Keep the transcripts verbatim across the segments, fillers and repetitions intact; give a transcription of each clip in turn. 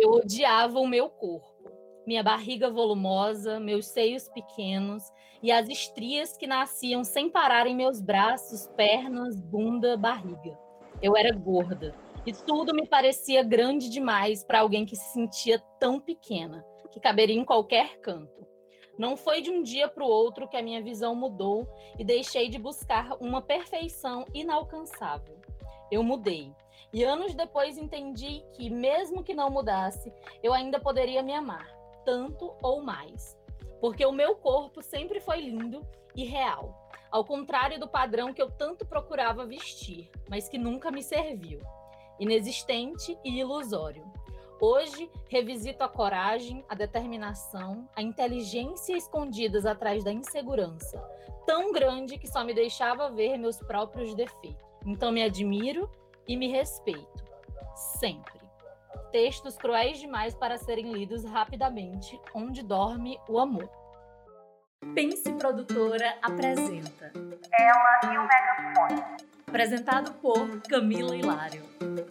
Eu odiava o meu corpo. Minha barriga volumosa, meus seios pequenos e as estrias que nasciam sem parar em meus braços, pernas, bunda, barriga. Eu era gorda e tudo me parecia grande demais para alguém que se sentia tão pequena, que caberia em qualquer canto. Não foi de um dia para o outro que a minha visão mudou e deixei de buscar uma perfeição inalcançável. Eu mudei. E anos depois entendi que, mesmo que não mudasse, eu ainda poderia me amar, tanto ou mais. Porque o meu corpo sempre foi lindo e real, ao contrário do padrão que eu tanto procurava vestir, mas que nunca me serviu. Inexistente e ilusório. Hoje, revisito a coragem, a determinação, a inteligência escondidas atrás da insegurança, tão grande que só me deixava ver meus próprios defeitos. Então me admiro e me respeito, sempre. Textos cruéis demais para serem lidos rapidamente, onde dorme o amor. Pense Produtora apresenta Ela e o Megafone. Apresentado por Camila Hilário.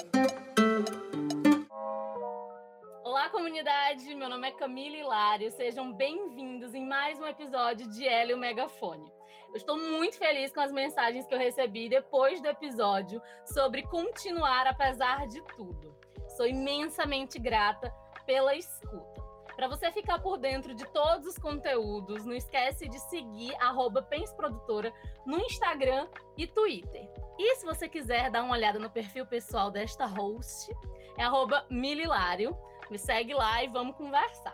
Olá, comunidade! Meu nome é Camila Hilário. Sejam bem-vindos em mais um episódio de Ela e o Megafone. Eu estou muito feliz com as mensagens que eu recebi depois do episódio sobre continuar apesar de tudo. Sou imensamente grata pela escuta. Para você ficar por dentro de todos os conteúdos, não esquece de seguir arroba Pense Produtora no Instagram e Twitter. E se você quiser dar uma olhada no perfil pessoal desta host, é arroba Mililário. Me segue lá e vamos conversar.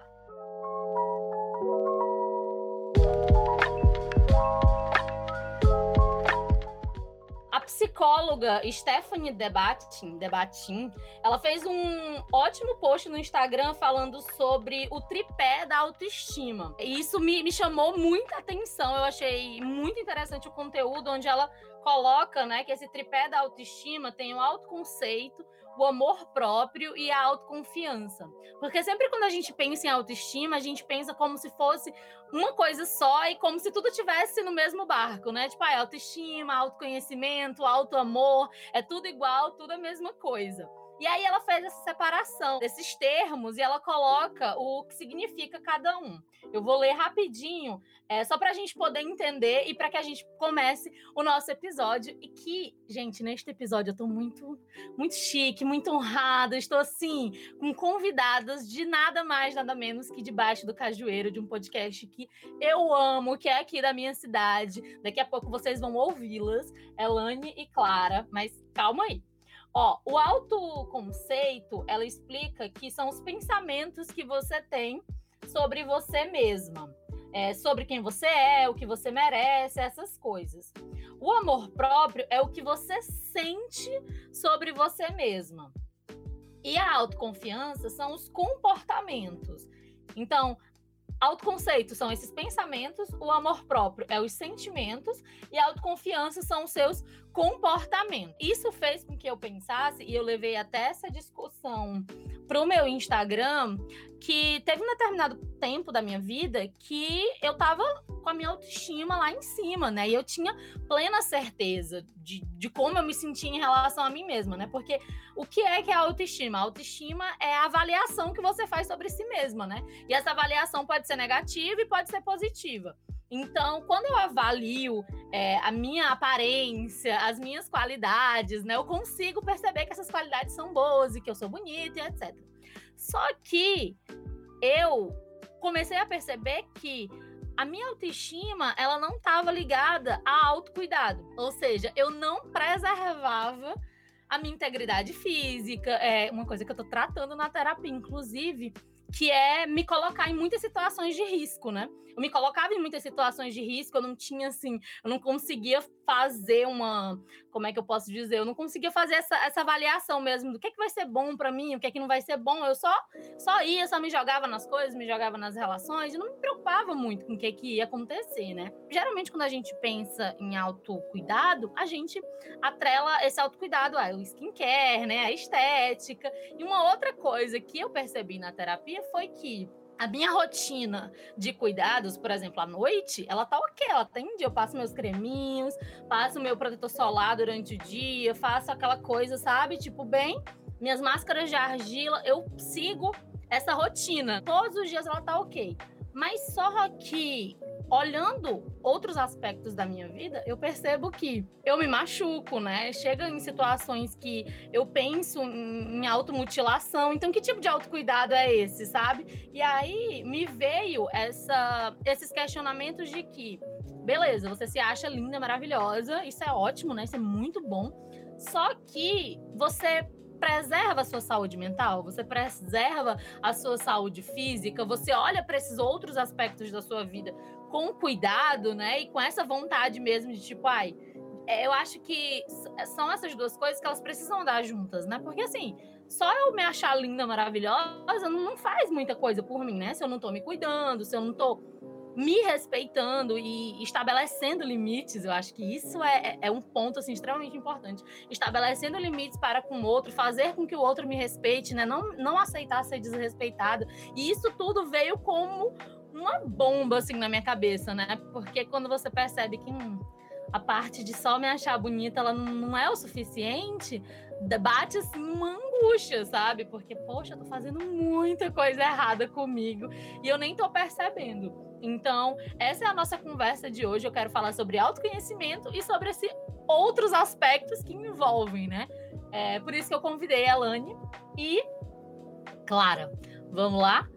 A psicóloga Stephanie Debatin, Debatin, ela fez um ótimo post no Instagram falando sobre o tripé da autoestima. E isso me, me chamou muita atenção. Eu achei muito interessante o conteúdo, onde ela coloca, né, que esse tripé da autoestima tem o autoconceito, o amor próprio e a autoconfiança. Porque sempre quando a gente pensa em autoestima, a gente pensa como se fosse uma coisa só e como se tudo estivesse no mesmo barco, né? Tipo, ah, autoestima, autoconhecimento, autoamor, é tudo igual, tudo a mesma coisa. E aí ela fez essa separação desses termos e ela coloca o que significa cada um. Eu vou ler rapidinho, é, só para a gente poder entender e para que a gente comece o nosso episódio. E que, gente, neste episódio eu estou muito, muito chique, muito honrada. Estou, assim, com convidadas de nada mais, nada menos que Debaixo do Cajueiro, de um podcast que eu amo, que é aqui da minha cidade. Daqui a pouco vocês vão ouvi-las, Elane e Clara, mas calma aí. Ó, o autoconceito, ela explica que são os pensamentos que você tem sobre você mesma, é, sobre quem você é, o que você merece, essas coisas. O amor próprio é o que você sente sobre você mesma. E a autoconfiança são os comportamentos. Então, autoconceito são esses pensamentos, o amor próprio é os sentimentos e a autoconfiança são os seus comportamentos. Isso fez com que eu pensasse, e eu levei até essa discussão para o meu Instagram, que teve um determinado tempo da minha vida que eu estava com a minha autoestima lá em cima, né? E eu tinha plena certeza de, de como eu me sentia em relação a mim mesma, né? Porque o que é que é a autoestima? A autoestima é a avaliação que você faz sobre si mesma, né? E essa avaliação pode ser negativa e pode ser positiva. Então, quando eu avalio é, a minha aparência, as minhas qualidades, né, eu consigo perceber que essas qualidades são boas e que eu sou bonita e etcétera. Só que eu comecei a perceber que a minha autoestima, ela não estava ligada a autocuidado. Ou seja, eu não preservava a minha integridade física. É uma coisa que eu estou tratando na terapia, inclusive, que é me colocar em muitas situações de risco, né? Eu me colocava em muitas situações de risco, eu não tinha, assim, eu não conseguia fazer uma, como é que eu posso dizer? Eu não conseguia fazer essa, essa avaliação mesmo do que, é que vai ser bom pra mim, o que é que não vai ser bom. Eu só, só ia, só me jogava nas coisas, me jogava nas relações e não me preocupava muito com o que, que ia acontecer, né? Geralmente, quando a gente pensa em autocuidado, a gente atrela esse autocuidado ao skincare, né? A estética. E uma outra coisa que eu percebi na terapia foi que a minha rotina de cuidados, por exemplo, à noite, ela tá ok, ela tem dia, eu passo meus creminhos, passo meu protetor solar durante o dia, faço aquela coisa, sabe? Tipo, bem minhas máscaras de argila, eu sigo essa rotina. Todos os dias ela tá ok. Mas só que, olhando outros aspectos da minha vida, eu percebo que eu me machuco, né? Chega em situações que eu penso em, em automutilação. Então, que tipo de autocuidado é esse, sabe? E aí me veio essa, esses questionamentos de que, beleza, você se acha linda, maravilhosa, isso é ótimo, né? Isso é muito bom. Só que você preserva a sua saúde mental, você preserva a sua saúde física, você olha para esses outros aspectos da sua vida com cuidado, né? E com essa vontade mesmo de tipo, ai, eu acho que são essas duas coisas que elas precisam andar juntas, né? Porque assim, só eu me achar linda, maravilhosa, não faz muita coisa por mim, né? Se eu não tô me cuidando, se eu não tô me respeitando e estabelecendo limites, eu acho que isso é, é um ponto assim, extremamente importante. Estabelecendo limites para com o outro, fazer com que o outro me respeite, né? Não, não aceitar ser desrespeitada. E isso tudo veio como uma bomba assim na minha cabeça, né? Porque quando você percebe que hum, a parte de só me achar bonita, ela não é o suficiente, bate assim uma angústia, sabe? Porque, poxa, eu tô fazendo muita coisa errada comigo e eu nem tô percebendo. Então, essa é a nossa conversa de hoje. Eu quero falar sobre autoconhecimento e sobre esses outros aspectos que envolvem, né? É por isso que eu convidei a Elane e Clara. Vamos lá?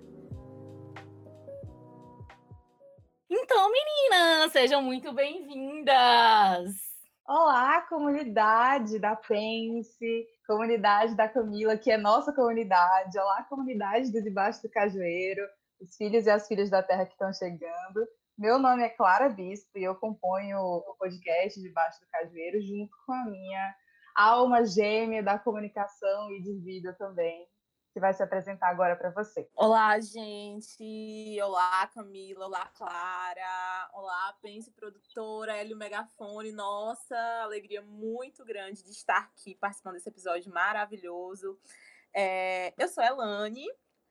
Então, meninas, sejam muito bem-vindas! Olá, comunidade da Pense, comunidade da Camila, que é nossa comunidade. Olá, comunidade do Debaixo do Cajueiro, os filhos e as filhas da terra que estão chegando. Meu nome é Clara Bispo e eu componho o podcast Debaixo do Cajueiro junto com a minha alma gêmea da comunicação e de vida também, que vai se apresentar agora para você. Olá, gente! Olá, Camila! Olá, Clara! Olá, Pense Produtora, Hélio Megafone. Nossa, alegria muito grande de estar aqui participando desse episódio maravilhoso. É, eu sou a Elane,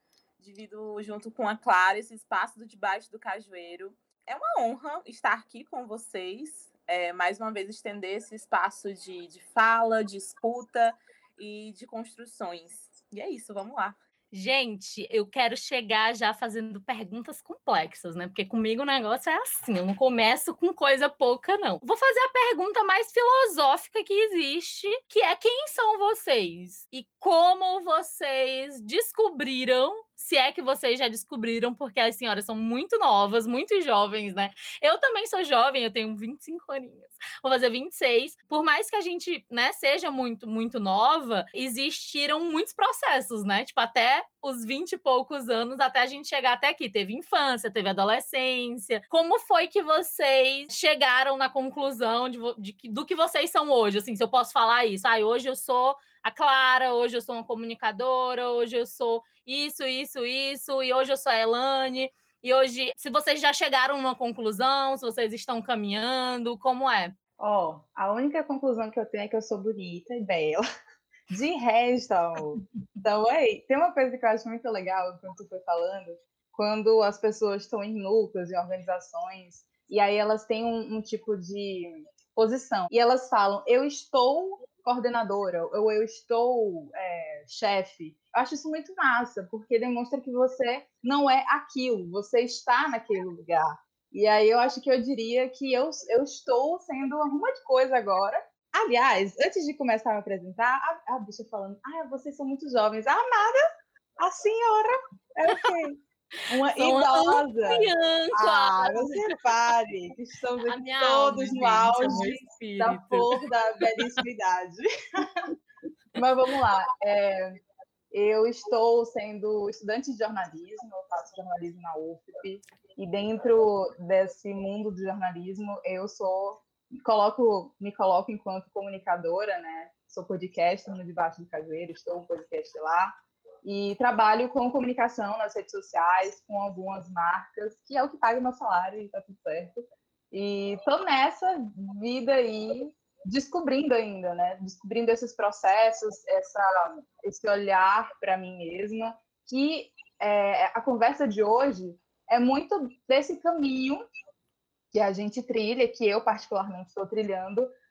divido junto com a Clara esse espaço do Debaixo do Cajueiro. É uma honra estar aqui com vocês, é, mais uma vez estender esse espaço de, de fala, de escuta e de construções. E é isso, vamos lá. Gente, eu quero chegar já fazendo perguntas complexas, né? Porque comigo o negócio é assim, eu não começo com coisa pouca, não. Vou fazer a pergunta mais filosófica que existe, que é quem são vocês? E como vocês descobriram, se é que vocês já descobriram, porque as senhoras são muito novas, muito jovens, né? Eu também sou jovem, eu tenho vinte e cinco aninhos. Vou fazer vinte e seis. Por mais que a gente, né, seja muito, muito nova, existiram muitos processos, né? Tipo, até os vinte e poucos anos, até a gente chegar até aqui. Teve infância, teve adolescência. Como foi que vocês chegaram na conclusão de, de, de, do que vocês são hoje? Assim, se eu posso falar isso. Ah, hoje eu sou a Clara, hoje eu sou uma comunicadora, hoje eu sou isso, isso, isso, e hoje eu sou a Elane. E hoje, se vocês já chegaram numa conclusão, se vocês estão caminhando, como é? Ó, oh, a única conclusão que eu tenho é que eu sou bonita e bela. De resto, amor. Então, ei, tem uma coisa que eu acho muito legal quando tu foi falando, quando as pessoas estão em núcleos, em organizações, e aí elas têm um, um tipo de posição. E elas falam, eu estou coordenadora, ou eu estou é, chefe. Eu acho isso muito massa, porque demonstra que você não é aquilo, você está naquele lugar. E aí eu acho que eu diria que eu, eu estou sendo uma de coisa agora. Aliás, antes de começar a me apresentar, a, a bicha falando, ah, vocês são muito jovens. Ah, nada, a senhora é o quê? Uma São idosa. Anciã, ah, você pare, que estamos aqui todos no auge da flor da belíssima idade. Mas vamos lá. É, eu estou sendo estudante de jornalismo, eu faço jornalismo na U F P, e dentro desse mundo do jornalismo, eu sou, coloco, me coloco enquanto comunicadora, né? Sou podcaster no Debaixo do Cajueiro, estou um podcast lá, e trabalho com comunicação nas redes sociais, com algumas marcas, que é o que paga o meu salário, e tá tudo certo. E estou nessa vida aí, descobrindo ainda, né? Descobrindo esses processos, essa, esse olhar para mim mesma, que é, a conversa de hoje é muito desse caminho que a gente trilha, que eu particularmente estou trilhando,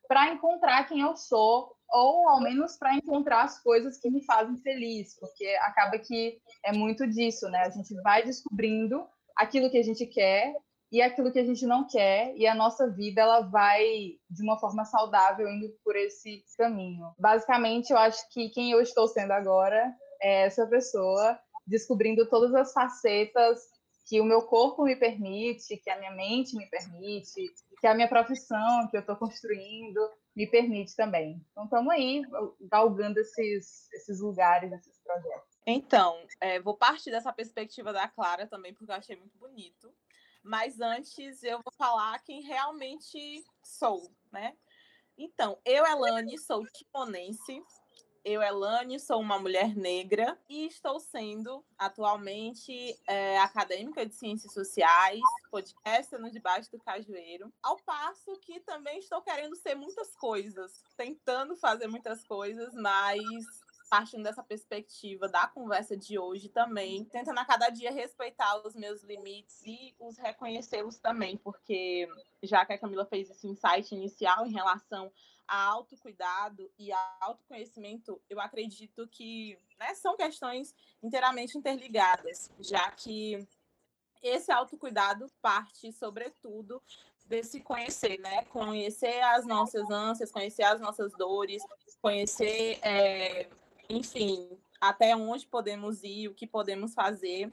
para encontrar quem eu sou, ou ao menos para encontrar as coisas que me fazem feliz, porque acaba que é muito disso, né? A gente vai descobrindo aquilo que a gente quer e aquilo que a gente não quer, e a nossa vida ela vai de uma forma saudável indo por esse caminho. Basicamente, eu acho que quem eu estou sendo agora é essa pessoa, descobrindo todas as facetas que o meu corpo me permite, que a minha mente me permite, que a minha profissão que eu estou construindo me permite também. Então, estamos aí galgando esses, esses lugares, esses projetos. Então, é, vou partir dessa perspectiva da Clara também, porque eu achei muito bonito. Mas antes eu vou falar quem realmente sou, né? Então, eu, Elane, sou timonense. Eu, Elane, sou uma mulher negra e estou sendo, atualmente, é, acadêmica de Ciências Sociais, podcaster no Debaixo do Cajueiro, ao passo que também estou querendo ser muitas coisas, tentando fazer muitas coisas, mas partindo dessa perspectiva da conversa de hoje também, tentando a cada dia respeitar os meus limites e os reconhecê-los também, porque já que a Camila fez esse insight inicial em relação a autocuidado e a autoconhecimento, eu acredito que, né, são questões inteiramente interligadas, já que esse autocuidado parte, sobretudo, desse conhecer, né? Conhecer as nossas ânsias, conhecer as nossas dores, conhecer, é, enfim, até onde podemos ir, o que podemos fazer.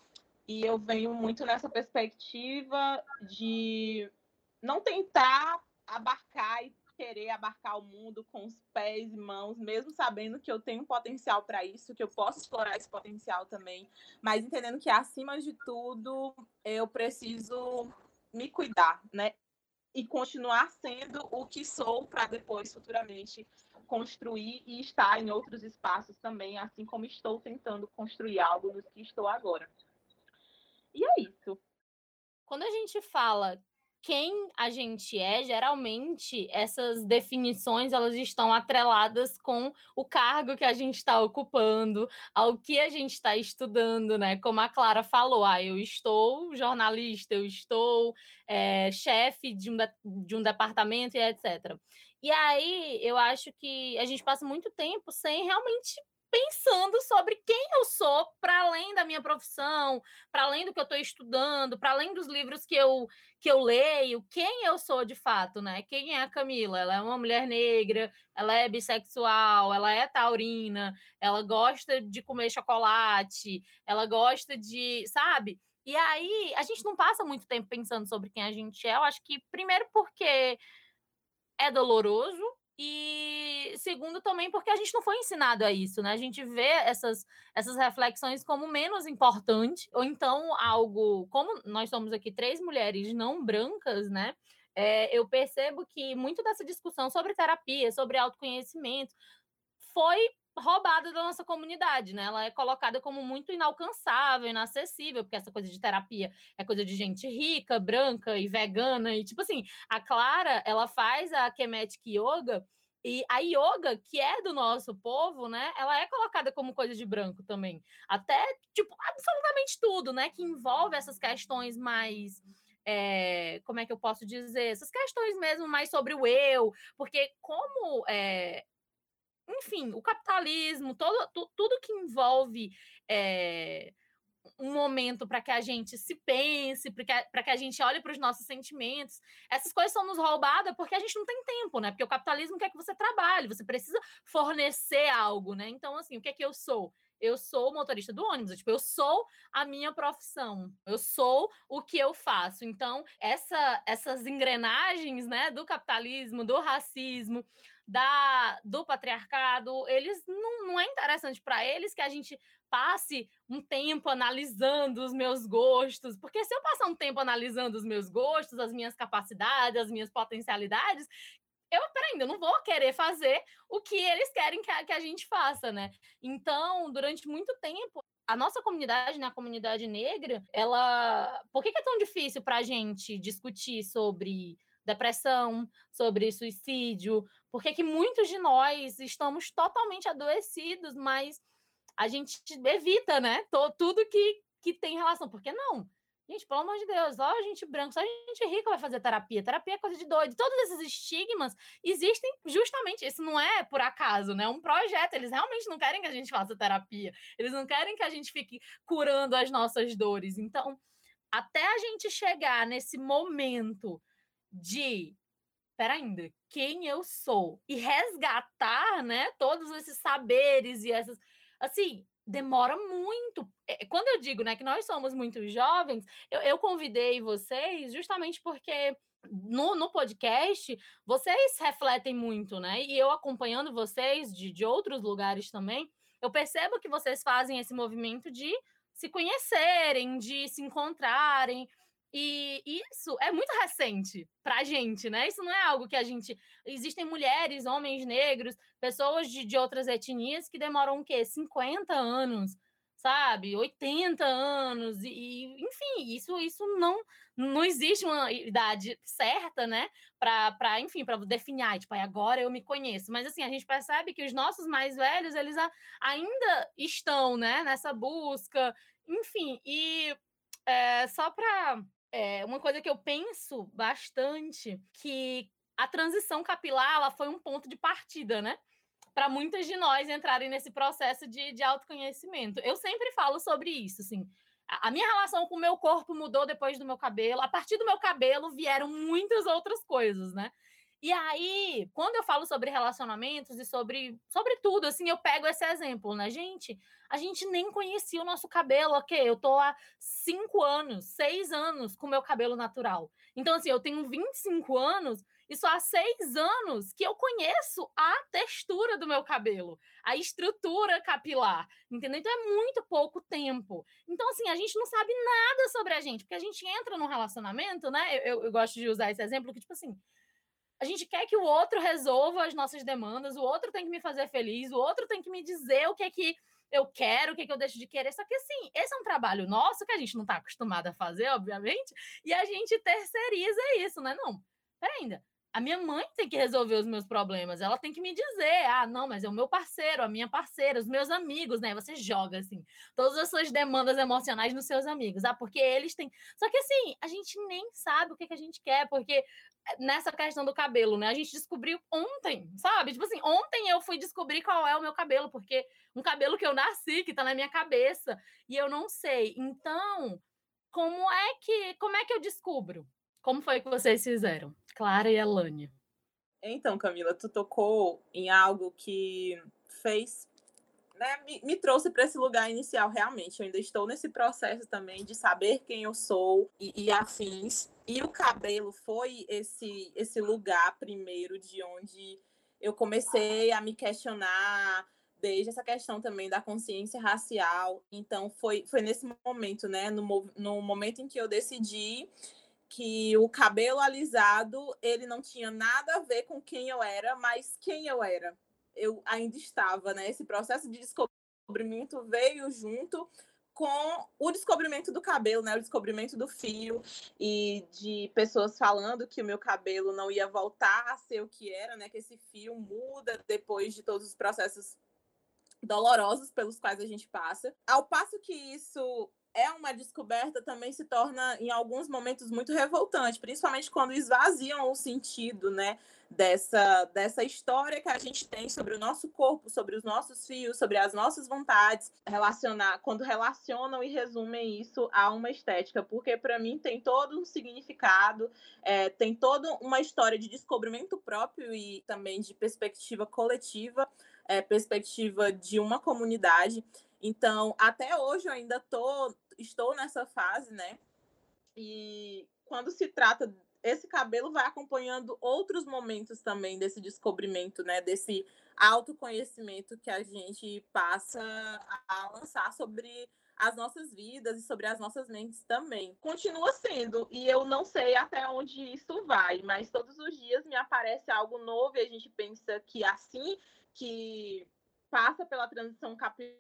E eu venho muito nessa perspectiva de não tentar abarcar e querer abarcar o mundo com os pés e mãos, mesmo sabendo que eu tenho potencial para isso, que eu posso explorar esse potencial também, mas entendendo que, acima de tudo, eu preciso me cuidar, né? E continuar sendo o que sou para depois, futuramente, construir e estar em outros espaços também, assim como estou tentando construir algo nos que estou agora. E é isso. Quando a gente fala quem a gente é, geralmente essas definições elas estão atreladas com o cargo que a gente está ocupando, ao que a gente está estudando, né? Como a Clara falou, ah, eu estou jornalista, eu estou é, chefe de um, de, de um departamento e etcétera. E aí eu acho que a gente passa muito tempo sem realmente pensando sobre quem eu sou, para além da minha profissão, para além do que eu estou estudando, para além dos livros que eu, que eu leio, quem eu sou de fato, né? Quem é a Camila? Ela é uma mulher negra, ela é bissexual, ela é taurina, ela gosta de comer chocolate, ela gosta de, sabe? E aí, a gente não passa muito tempo pensando sobre quem a gente é, eu acho que, primeiro, porque é doloroso, e segundo também porque a gente não foi ensinado a isso, né? A gente vê essas, essas reflexões como menos importante, ou então algo, como nós somos aqui três mulheres não brancas, né? É, eu percebo que muito dessa discussão sobre terapia, sobre autoconhecimento, foi roubada da nossa comunidade, né? Ela é colocada como muito inalcançável, inacessível, porque essa coisa de terapia é coisa de gente rica, branca e vegana, e tipo assim, a Clara, ela faz a Kemetic Yoga, e a yoga, que é do nosso povo, né, ela é colocada como coisa de branco também. Até, tipo, absolutamente tudo, né, que envolve essas questões mais... É, como é que eu posso dizer? Essas questões mesmo mais sobre o eu, porque como... É, enfim, o capitalismo, todo, tu, tudo que envolve é, um momento para que a gente se pense, para que, que a gente olhe para os nossos sentimentos, essas coisas são nos roubadas porque a gente não tem tempo, né? Porque o capitalismo quer que você trabalhe, você precisa fornecer algo, né? Então, assim, o que é que eu sou? Eu sou motorista do ônibus, tipo, eu sou a minha profissão, eu sou o que eu faço. Então, essa, essas engrenagens, né, do capitalismo, do racismo, da, do patriarcado, eles não, não é interessante para eles que a gente passe um tempo analisando os meus gostos, porque se eu passar um tempo analisando os meus gostos, as minhas capacidades, as minhas potencialidades, eu, peraí, eu não vou querer fazer o que eles querem que a, que a gente faça, né? Então, durante muito tempo, a nossa comunidade, né, a comunidade negra, ela... Por que, que é tão difícil para a gente discutir sobre depressão, sobre suicídio? Por que que muitos de nós estamos totalmente adoecidos, mas a gente evita, né? Tudo que, que tem relação. Por que não? Gente, pelo amor de Deus, só gente branca, só gente rica vai fazer terapia. Terapia é coisa de doido. Todos esses estigmas existem justamente, isso não é por acaso, né? É um projeto. Eles realmente não querem que a gente faça terapia. Eles não querem que a gente fique curando as nossas dores. Então, até a gente chegar nesse momento de, pera ainda, quem eu sou? E resgatar, né, todos esses saberes e essas... Assim, demora muito. Quando eu digo, né, que nós somos muito jovens, eu, eu convidei vocês justamente porque no, no podcast vocês refletem muito, né? E eu acompanhando vocês de, de outros lugares também, eu percebo que vocês fazem esse movimento de se conhecerem, de se encontrarem. E isso é muito recente pra gente, né? Isso não é algo que a gente... Existem mulheres, homens negros, pessoas de, de outras etnias que demoram o quê? cinquenta anos, sabe? oitenta anos. E, e enfim, isso, isso não, não existe uma idade certa, né? Pra, pra enfim, para definir, tipo, agora eu me conheço. Mas, assim, a gente percebe que os nossos mais velhos, eles a, ainda estão, né? Nessa busca. Enfim, e é, só para... É, uma coisa que eu penso bastante, que a transição capilar ela foi um ponto de partida, né? Para muitas de nós entrarem nesse processo de, de autoconhecimento. Eu sempre falo sobre isso, assim. A, a minha relação com o meu corpo mudou depois do meu cabelo. A partir do meu cabelo vieram muitas outras coisas, né? E aí, quando eu falo sobre relacionamentos e sobre, sobre tudo, assim, eu pego esse exemplo, né? Gente, a gente nem conhecia o nosso cabelo, ok? Eu tô há cinco anos, seis anos com o meu cabelo natural. Então, assim, eu tenho vinte e cinco anos e só há seis anos que eu conheço a textura do meu cabelo, a estrutura capilar, entendeu? Então, é muito pouco tempo. Então, assim, a gente não sabe nada sobre a gente, porque a gente entra num relacionamento, né? Eu, eu, eu gosto de usar esse exemplo, que, tipo assim, a gente quer que o outro resolva as nossas demandas, o outro tem que me fazer feliz, o outro tem que me dizer o que é que eu quero, o que é que eu deixo de querer. Só que, assim, esse é um trabalho nosso que a gente não está acostumado a fazer, obviamente, e a gente terceiriza isso, né? Não, peraí ainda. A minha mãe tem que resolver os meus problemas, ela tem que me dizer, ah, não, mas é o meu parceiro, a minha parceira, os meus amigos, né? Você joga, assim, todas as suas demandas emocionais nos seus amigos, ah, porque eles têm... Só que, assim, a gente nem sabe o que, que a gente quer, porque nessa questão do cabelo, né? A gente descobriu ontem, sabe? Tipo assim, ontem eu fui descobrir qual é o meu cabelo, porque um cabelo que eu nasci, que tá na minha cabeça, e eu não sei. Então, como é que, como é que eu descubro? Como foi que vocês fizeram? Clara e Elane. Então, Camila, tu tocou em algo que fez, né, me, me trouxe para esse lugar inicial, realmente. Eu ainda estou nesse processo também de saber quem eu sou e, e afins. E o cabelo foi esse, esse lugar primeiro de onde eu comecei a me questionar, desde essa questão também da consciência racial. Então, foi, foi nesse momento, né, no, no momento em que eu decidi que o cabelo alisado, ele não tinha nada a ver com quem eu era, mas quem eu era. Eu ainda estava, né? Esse processo de descobrimento veio junto com o descobrimento do cabelo, né? O descobrimento do fio e de pessoas falando que o meu cabelo não ia voltar a ser o que era, né? Que esse fio muda depois de todos os processos dolorosos pelos quais a gente passa. Ao passo que isso é uma descoberta, também se torna, em alguns momentos, muito revoltante, principalmente quando esvaziam o sentido, né, dessa, dessa história que a gente tem sobre o nosso corpo, sobre os nossos fios, sobre as nossas vontades, relacionar, quando relacionam e resumem isso a uma estética, porque para mim tem todo um significado, é, tem toda uma história de descobrimento próprio e também de perspectiva coletiva, é, perspectiva de uma comunidade. Então, até hoje eu ainda tô, estou nessa fase, né? E quando se trata, esse cabelo vai acompanhando outros momentos também desse descobrimento, né? Desse autoconhecimento que a gente passa a lançar sobre as nossas vidas e sobre as nossas mentes também. Continua sendo, e eu não sei até onde isso vai, mas todos os dias me aparece algo novo e a gente pensa que assim que passa pela transição capilar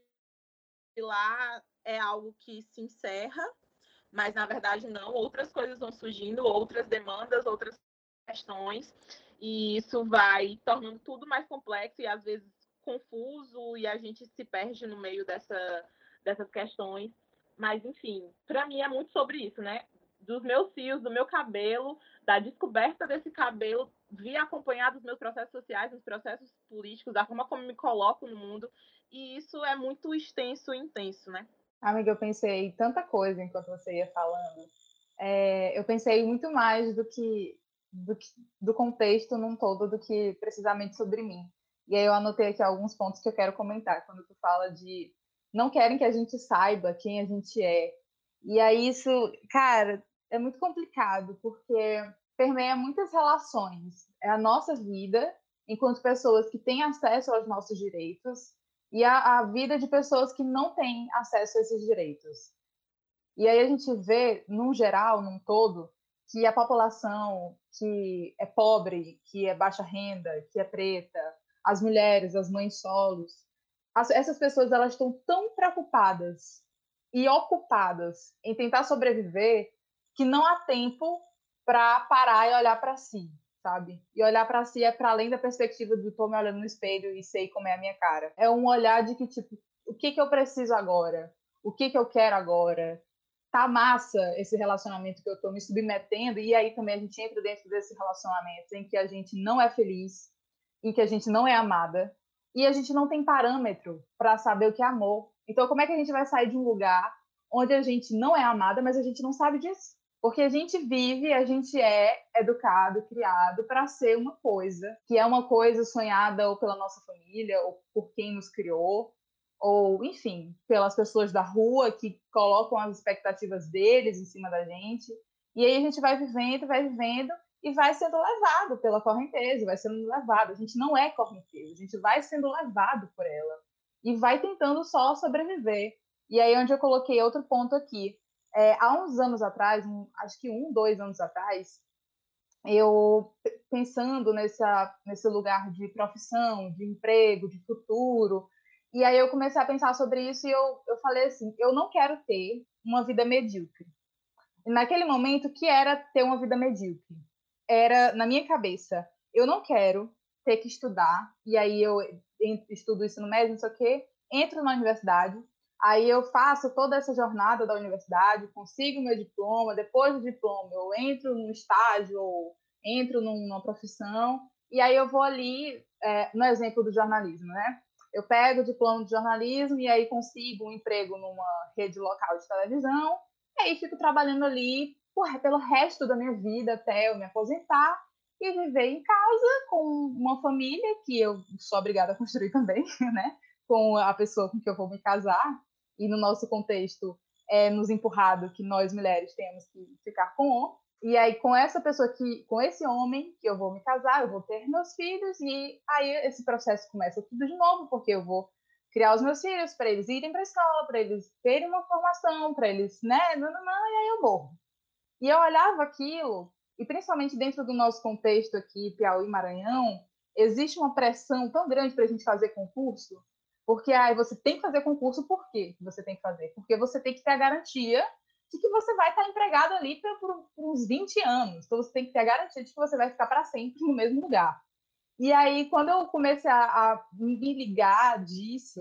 é algo que se encerra, mas na verdade não, outras coisas vão surgindo, outras demandas, outras questões, e isso vai tornando tudo mais complexo e às vezes confuso, e a gente se perde no meio dessa, dessas questões. Mas, enfim, para mim é muito sobre isso, né? Dos meus fios, do meu cabelo, da descoberta desse cabelo, vir acompanhar dos meus processos sociais, dos processos políticos, da forma como me coloco no mundo. E isso é muito extenso e intenso, né? Amiga, eu pensei tanta coisa enquanto você ia falando. É, eu pensei muito mais do que, do que do contexto num todo do que precisamente sobre mim. E aí eu anotei aqui alguns pontos que eu quero comentar. Quando tu fala de não querem que a gente saiba quem a gente é. E aí isso, cara, é muito complicado, porque permeia muitas relações. É a nossa vida, enquanto pessoas que têm acesso aos nossos direitos, e a, a vida de pessoas que não têm acesso a esses direitos. E aí a gente vê, num geral, num todo, que a população que é pobre, que é baixa renda, que é preta, as mulheres, as mães solos, as, essas pessoas elas estão tão preocupadas e ocupadas em tentar sobreviver que não há tempo para parar e olhar para si, sabe? E olhar para si é para além da perspectiva do tô me olhando no espelho e sei como é a minha cara. É um olhar de que, tipo, o que, que eu preciso agora? O que, que eu quero agora? Tá massa esse relacionamento que eu tô me submetendo, e aí também a gente entra dentro desse relacionamento em que a gente não é feliz, em que a gente não é amada, e a gente não tem parâmetro para saber o que é amor. Então, como é que a gente vai sair de um lugar onde a gente não é amada, mas a gente não sabe disso? Porque a gente vive, a gente é educado, criado para ser uma coisa, que é uma coisa sonhada ou pela nossa família, ou por quem nos criou, ou, enfim, pelas pessoas da rua que colocam as expectativas deles em cima da gente. E aí a gente vai vivendo, vai vivendo e vai sendo levado pela correnteza, vai sendo levado. A gente não é correnteza, a gente vai sendo levado por ela e vai tentando só sobreviver. E aí onde eu coloquei outro ponto aqui. É, há uns anos atrás, um, acho que um, dois anos atrás, eu pensando nessa, nesse lugar de profissão, de emprego, de futuro, e aí eu comecei a pensar sobre isso e eu, eu falei assim, eu não quero ter uma vida medíocre. E naquele momento, o que era ter uma vida medíocre? Era, na minha cabeça, eu não quero ter que estudar, e aí eu estudo isso no médio, não sei o quê, entro na universidade, aí eu faço toda essa jornada da universidade, consigo meu diploma, depois do diploma eu entro num estágio ou entro numa profissão, e aí eu vou ali, é, no exemplo do jornalismo, né? Eu pego o diploma de jornalismo e aí consigo um emprego numa rede local de televisão, e aí fico trabalhando ali por, pelo resto da minha vida até eu me aposentar e viver em casa com uma família que eu sou obrigada a construir também, né? Com a pessoa com que eu vou me casar. E no nosso contexto é nos empurrado que nós mulheres temos que ficar com homem. E aí com essa pessoa que, com esse homem que eu vou me casar, eu vou ter meus filhos e aí esse processo começa tudo de novo, porque eu vou criar os meus filhos para eles irem para a escola, para eles terem uma formação, para eles, né, não, não, não, e aí eu morro. E eu olhava aquilo, e principalmente dentro do nosso contexto aqui, Piauí, Maranhão, existe uma pressão tão grande para a gente fazer concurso, porque aí você tem que fazer concurso, por quê você tem que fazer? Porque você tem que ter a garantia de que você vai estar empregado ali por, por, por uns vinte anos. Então você tem que ter a garantia de que você vai ficar para sempre no mesmo lugar. E aí, quando eu comecei a, a me ligar disso,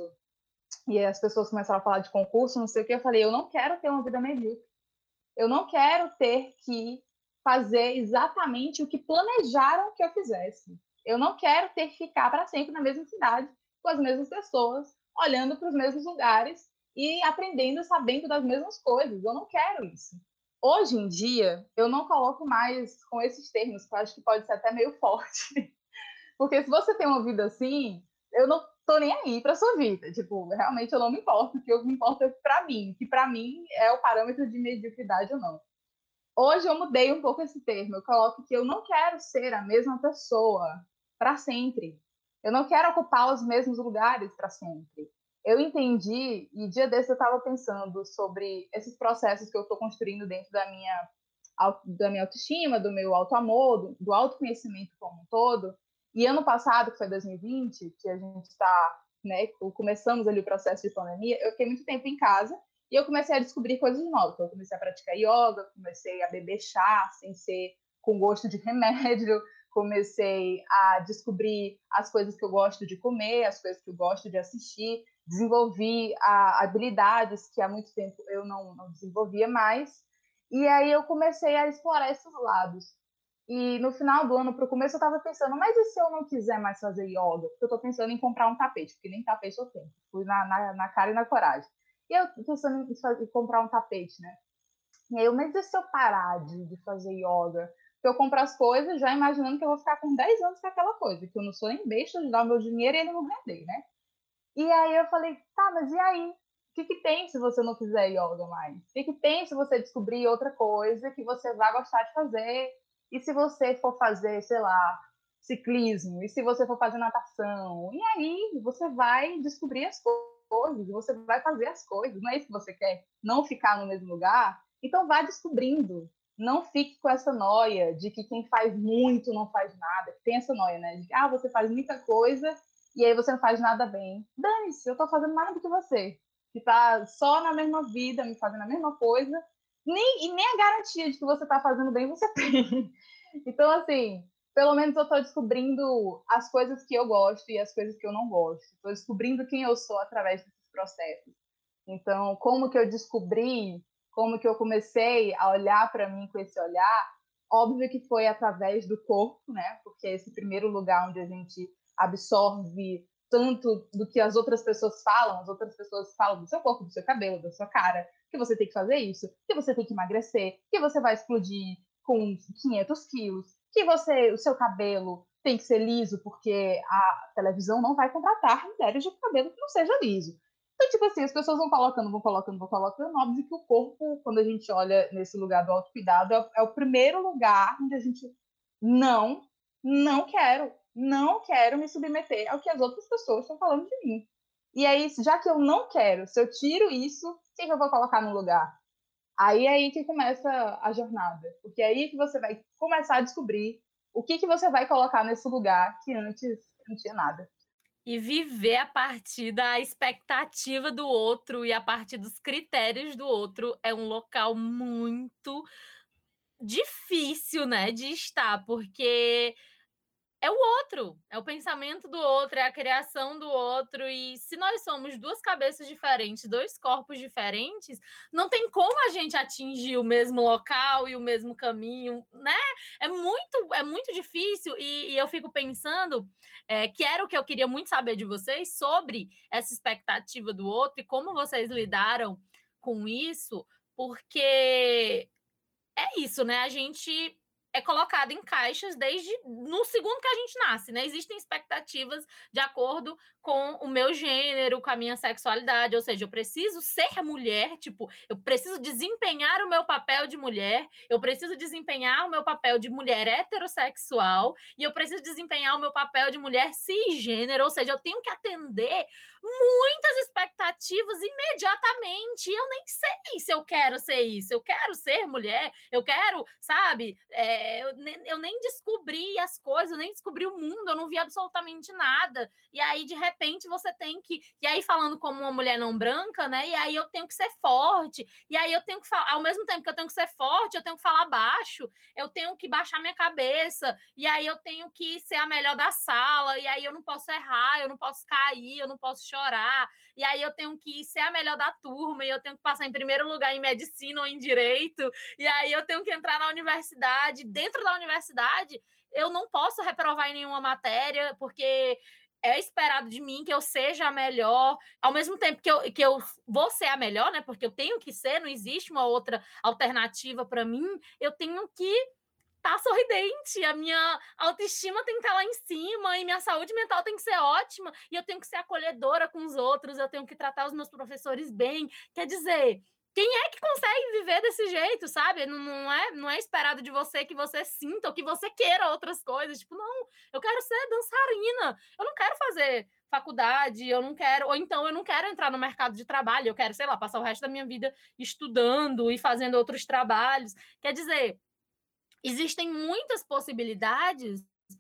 e as pessoas começaram a falar de concurso, não sei o que, eu falei, eu não quero ter uma vida medíocre. Eu não quero ter que fazer exatamente o que planejaram que eu fizesse. Eu não quero ter que ficar para sempre na mesma cidade, com as mesmas pessoas, olhando para os mesmos lugares e aprendendo, sabendo das mesmas coisas. Eu não quero isso. Hoje em dia, eu não coloco mais com esses termos, que eu acho que pode ser até meio forte. Porque se você tem uma vida assim, eu não tô nem aí pra sua vida. Tipo, realmente eu não me importo. O que eu me importo é pra mim, que pra mim é o parâmetro de mediocridade ou não. Hoje eu mudei um pouco esse termo. Eu coloco que eu não quero ser a mesma pessoa para sempre. Eu não quero ocupar os mesmos lugares para sempre. Eu entendi, e dia desse eu estava pensando sobre esses processos que eu estou construindo dentro da minha, da minha autoestima, do meu autoamor, do, do autoconhecimento como um todo. E ano passado, que foi dois mil e vinte, que a gente está, né, começamos ali o processo de pandemia, eu fiquei muito tempo em casa e eu comecei a descobrir coisas novas. Eu comecei a praticar yoga, comecei a beber chá sem ser com gosto de remédio, comecei a descobrir as coisas que eu gosto de comer, as coisas que eu gosto de assistir. desenvolvi a, habilidades que há muito tempo eu não, não desenvolvia mais, e aí eu comecei a explorar esses lados. E no final do ano, para o começo, eu estava pensando, mas e se eu não quiser mais fazer yoga? Porque eu estou pensando em comprar um tapete, porque nem tapete eu tenho. Fui na, na, na cara e na coragem. E eu pensando em, fazer, em comprar um tapete, né? E aí eu, mas e se eu parar de, de fazer yoga? Porque eu compro as coisas já imaginando que eu vou ficar com dez anos com aquela coisa, que eu não sou nem besta de dar o meu dinheiro e ele não render, né? E aí eu falei, tá, mas e aí? O que, que tem se você não fizer yoga mais? O que, que tem se você descobrir outra coisa que você vai gostar de fazer? E se você for fazer, sei lá, ciclismo? E se você for fazer natação? E aí você vai descobrir as coisas, você vai fazer as coisas. Não é isso que você quer? Não ficar no mesmo lugar? Então vai descobrindo. Não fique com essa noia de que quem faz muito não faz nada. Tem essa noia, né? De que, ah, você faz muita coisa e aí você não faz nada bem. Dane-se, eu tô fazendo mais do que você. Que tá só na mesma vida, me fazendo a mesma coisa. Nem, e nem a garantia de que você tá fazendo bem você tem. Então, assim, pelo menos eu tô descobrindo as coisas que eu gosto e as coisas que eu não gosto. Tô descobrindo quem eu sou através desses processos. Então, como que eu descobri, como que eu comecei a olhar para mim com esse olhar, óbvio que foi através do corpo, né? Porque é esse primeiro lugar onde a gente absorve tanto do que as outras pessoas falam, as outras pessoas falam do seu corpo, do seu cabelo, da sua cara, que você tem que fazer isso, que você tem que emagrecer, que você vai explodir com quinhentos quilos, que você, o seu cabelo tem que ser liso, porque a televisão não vai contratar mulheres de cabelo que não seja liso. Então, tipo assim, as pessoas vão colocando, vão colocando, vão colocando, óbvio que o corpo, quando a gente olha nesse lugar do autocuidado, é, é o primeiro lugar onde a gente não, não quero, não quero me submeter ao que as outras pessoas estão falando de mim. E aí, já que eu não quero, se eu tiro isso, quem que eu vou colocar no lugar? Aí é aí que começa a jornada. Porque é aí que você vai começar a descobrir o que, que você vai colocar nesse lugar que antes não tinha nada. E viver a partir da expectativa do outro e a partir dos critérios do outro é um local muito difícil, né, de estar, porque é o outro, é o pensamento do outro, é a criação do outro, e se nós somos duas cabeças diferentes, dois corpos diferentes, não tem como a gente atingir o mesmo local e o mesmo caminho, né? É muito, é muito difícil, e, e eu fico pensando, é, que era o que eu queria muito saber de vocês, sobre essa expectativa do outro e como vocês lidaram com isso, porque é isso, né? A gente é colocado em caixas desde no segundo que a gente nasce, né? Existem expectativas de acordo com o meu gênero, com a minha sexualidade, ou seja, eu preciso ser mulher, tipo, eu preciso desempenhar o meu papel de mulher, eu preciso desempenhar o meu papel de mulher heterossexual e eu preciso desempenhar o meu papel de mulher cisgênero, ou seja, eu tenho que atender muitas expectativas imediatamente. Eu nem sei se eu quero ser isso, eu quero ser mulher, eu quero, sabe, é, eu, nem, eu nem descobri as coisas, eu nem descobri o mundo, eu não vi absolutamente nada. E aí, de repente, você tem que... E aí, falando como uma mulher não branca, né? E aí eu tenho que ser forte. E aí eu tenho que falar... Ao mesmo tempo que eu tenho que ser forte, eu tenho que falar baixo. Eu tenho que baixar minha cabeça. E aí eu tenho que ser a melhor da sala. E aí eu não posso errar, eu não posso cair, eu não posso chorar. E aí eu tenho que ser a melhor da turma. E eu tenho que passar em primeiro lugar em medicina ou em direito. E aí eu tenho que entrar na universidade. Dentro da universidade, eu não posso reprovar em nenhuma matéria, porque... é esperado de mim que eu seja a melhor, ao mesmo tempo que eu, que eu vou ser a melhor, né? Porque eu tenho que ser, não existe uma outra alternativa para mim, eu tenho que estar sorridente, a minha autoestima tem que estar lá em cima, e minha saúde mental tem que ser ótima, e eu tenho que ser acolhedora com os outros, eu tenho que tratar os meus professores bem. Quer dizer... quem é que consegue viver desse jeito, sabe? Não, não, é, não é esperado de você que você sinta ou que você queira outras coisas. Tipo, não, eu quero ser dançarina. Eu não quero fazer faculdade, eu não quero... Ou então, eu não quero entrar no mercado de trabalho. Eu quero, sei lá, passar o resto da minha vida estudando e fazendo outros trabalhos. Quer dizer, existem muitas possibilidades,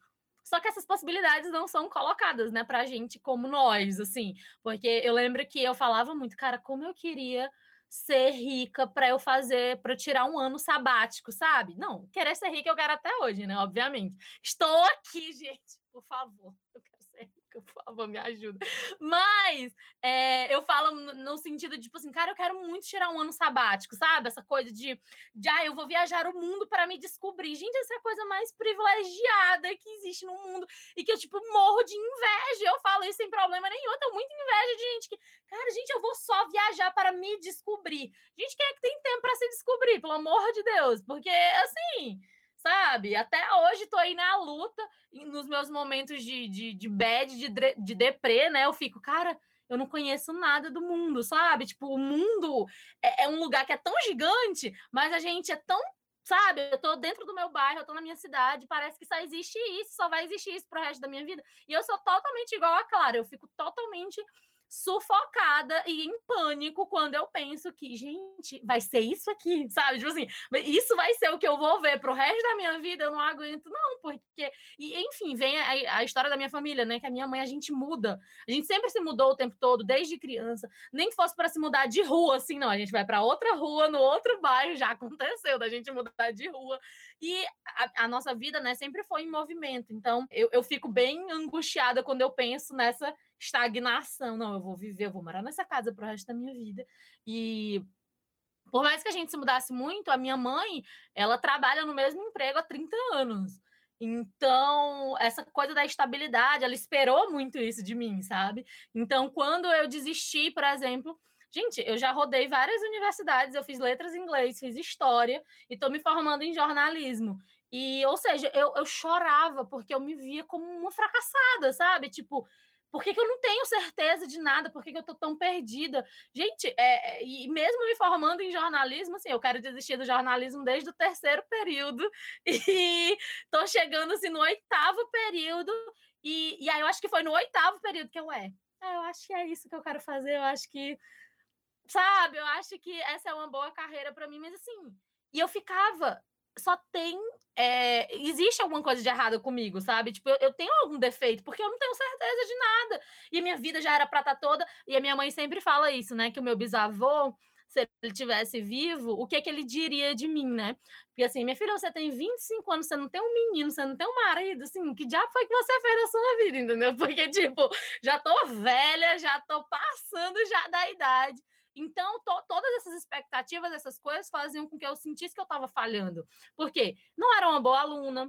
só que essas possibilidades não são colocadas, né, pra gente como nós, assim. Porque eu lembro que eu falava muito, cara, como eu queria... ser rica para eu fazer, para eu tirar um ano sabático, sabe? Não, querer ser rica eu quero até hoje, né? Obviamente. Estou aqui, gente, por favor. Eu quero ser rica. Por favor, me ajuda. Mas é, eu falo no sentido de, tipo assim, cara, eu quero muito tirar um ano sabático, sabe? Essa coisa de, de ah, eu vou viajar o mundo para me descobrir. Gente, essa é a coisa mais privilegiada que existe no mundo. E que eu, tipo, morro de inveja. Eu falo isso sem problema nenhum. Eu tenho muita inveja de gente que, cara, gente, eu vou só viajar para me descobrir. Gente, quem é que tem tempo para se descobrir? Pelo amor de Deus. Porque, assim... sabe? Até hoje tô aí na luta, nos meus momentos de, de, de bad, de, de deprê, né? Eu fico, cara, eu não conheço nada do mundo, sabe? Tipo, o mundo é, é um lugar que é tão gigante, mas a gente é tão, sabe? Eu tô dentro do meu bairro, eu tô na minha cidade, parece que só existe isso, só vai existir isso pro resto da minha vida. E eu sou totalmente igual a Clara, eu fico totalmente... sufocada e em pânico quando eu penso que, gente, vai ser isso aqui, sabe? Tipo assim, isso vai ser o que eu vou ver pro resto da minha vida, eu não aguento, não, porque... E, enfim, vem a, a história da minha família, né? Que a minha mãe, a gente muda. A gente sempre se mudou o tempo todo, desde criança. Nem que fosse para se mudar de rua, assim, não. A gente vai para outra rua, no outro bairro, já aconteceu da gente mudar de rua. E a, a nossa vida, né, sempre foi em movimento. Então, eu, eu fico bem angustiada quando eu penso nessa estagnação. Não, eu vou viver, eu vou morar nessa casa pro resto da minha vida. E por mais que a gente se mudasse muito, a minha mãe, ela trabalha no mesmo emprego há trinta anos. Então, essa coisa da estabilidade, ela esperou muito isso de mim, sabe? Então, quando eu desisti, por exemplo... Gente, eu já rodei várias universidades, eu fiz letras em inglês, fiz história e tô me formando em jornalismo. E, ou seja, eu, eu chorava porque eu me via como uma fracassada, sabe? Tipo, por que, que eu não tenho certeza de nada? Por que, que eu tô tão perdida? Gente, é, e mesmo me formando em jornalismo, assim, eu quero desistir do jornalismo desde o terceiro período e tô chegando, assim, no oitavo período e, e aí eu acho que foi no oitavo período que eu, é, é, eu acho que é isso que eu quero fazer, eu acho que, sabe, eu acho que essa é uma boa carreira para mim, mas assim, e eu ficava... só tem... É, existe alguma coisa de errado comigo, sabe? Tipo, eu, eu tenho algum defeito, porque eu não tenho certeza de nada. E a minha vida já era pra estar toda... E a minha mãe sempre fala isso, né? Que o meu bisavô, se ele tivesse vivo, o que é que ele diria de mim, né? Porque assim, minha filha, você tem vinte e cinco anos, você não tem um menino, você não tem um marido, assim, que diabo foi que você fez na sua vida, entendeu? Porque, tipo, já tô velha, já tô passando já da idade. Então, to, todas essas expectativas, essas coisas faziam com que eu sentisse que eu estava falhando. Por quê? Não era uma boa aluna,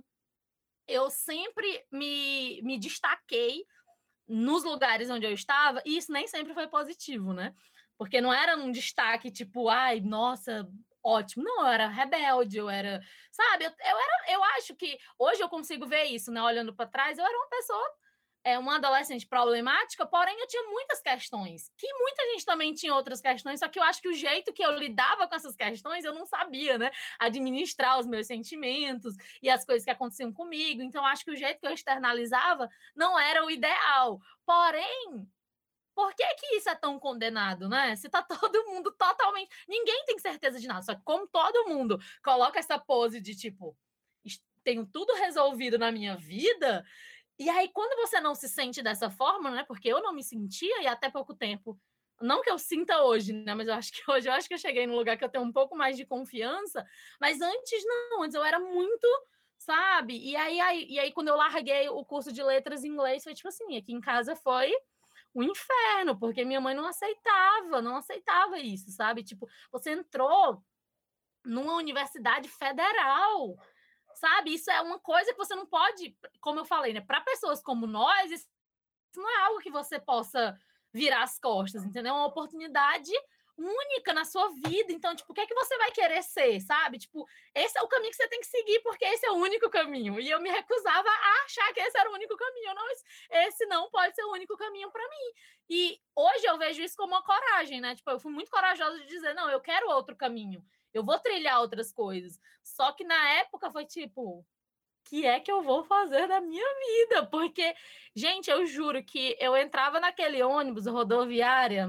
eu sempre me, me destaquei nos lugares onde eu estava, e isso nem sempre foi positivo, né? Porque não era um destaque tipo, ai, nossa, ótimo. Não, eu era rebelde, eu era... Sabe? Eu, eu, era, eu acho que... Hoje eu consigo ver isso, né? Olhando para trás, eu era uma pessoa... É uma adolescente problemática, porém eu tinha muitas questões, que muita gente também tinha outras questões, só que eu acho que o jeito que eu lidava com essas questões, eu não sabia, né, administrar os meus sentimentos e as coisas que aconteciam comigo, então acho que o jeito que eu externalizava não era o ideal, porém, por que que isso é tão condenado, né? Se tá todo mundo totalmente... Ninguém tem certeza de nada, só que como todo mundo coloca essa pose de tipo, tenho tudo resolvido na minha vida... E aí, quando você não se sente dessa forma, né? Porque eu não me sentia e até pouco tempo, não que eu sinta hoje, né? Mas eu acho que hoje eu acho que eu cheguei num lugar que eu tenho um pouco mais de confiança, mas antes não, antes eu era muito, sabe? E aí, aí, e aí quando eu larguei o curso de letras em inglês, foi tipo assim, aqui em casa foi um inferno, porque minha mãe não aceitava, não aceitava isso, sabe? Tipo, você entrou numa universidade federal, sabe? Isso é uma coisa que você não pode, como eu falei, né? Para pessoas como nós, isso não é algo que você possa virar as costas, entendeu? É uma oportunidade única na sua vida. Então, tipo, o que é que você vai querer ser, sabe? Tipo, esse é o caminho que você tem que seguir, porque esse é o único caminho. E eu me recusava a achar que esse era o único caminho. Não, esse não pode ser o único caminho para mim. E hoje eu vejo isso como uma coragem, né? Tipo, eu fui muito corajosa de dizer, não, eu quero outro caminho. Eu vou trilhar outras coisas. Só que na época foi tipo, o que é que eu vou fazer da minha vida? Porque, gente, eu juro que eu entrava naquele ônibus rodoviária,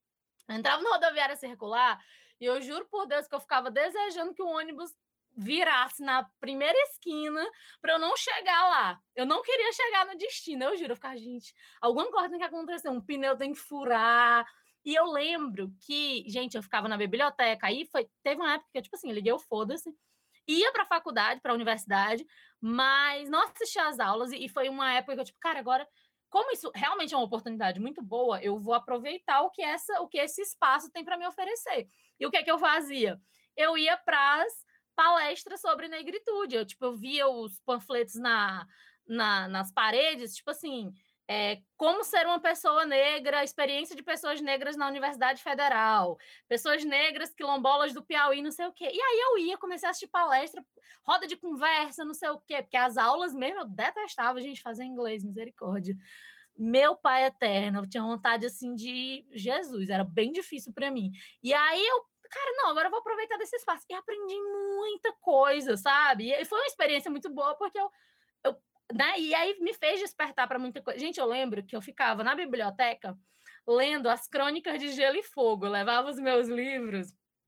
eu entrava na rodoviária circular, e eu juro por Deus que eu ficava desejando que o ônibus virasse na primeira esquina para eu não chegar lá. Eu não queria chegar no destino, eu juro. Eu ficava, gente, alguma coisa tem que acontecer, um pneu tem que furar... E eu lembro que, gente, eu ficava na biblioteca, aí foi, teve uma época que eu, tipo assim, eu liguei o foda-se, ia pra faculdade, pra universidade, mas não assistia às aulas, e foi uma época que eu, tipo, cara, agora, como isso realmente é uma oportunidade muito boa, eu vou aproveitar o que, essa, o que esse espaço tem para me oferecer. E o que é que eu fazia? Eu ia para as palestras sobre negritude. Eu, tipo, eu via os panfletos na, na, nas paredes, tipo assim, é, como ser uma pessoa negra, experiência de pessoas negras na Universidade Federal, pessoas negras quilombolas do Piauí, não sei o quê. E aí eu ia, comecei a assistir palestra, roda de conversa, não sei o quê, porque as aulas mesmo eu detestava, gente, fazer inglês, misericórdia. Meu pai eterno, eu tinha vontade, assim, de Jesus, era bem difícil para mim. E aí eu, cara, não, agora eu vou aproveitar desse espaço. E aprendi muita coisa, sabe? E foi uma experiência muito boa, porque eu, eu né? E aí me fez despertar para muita coisa. Gente, eu lembro que eu ficava na biblioteca lendo as Crônicas de Gelo e Fogo, eu levava os meus livros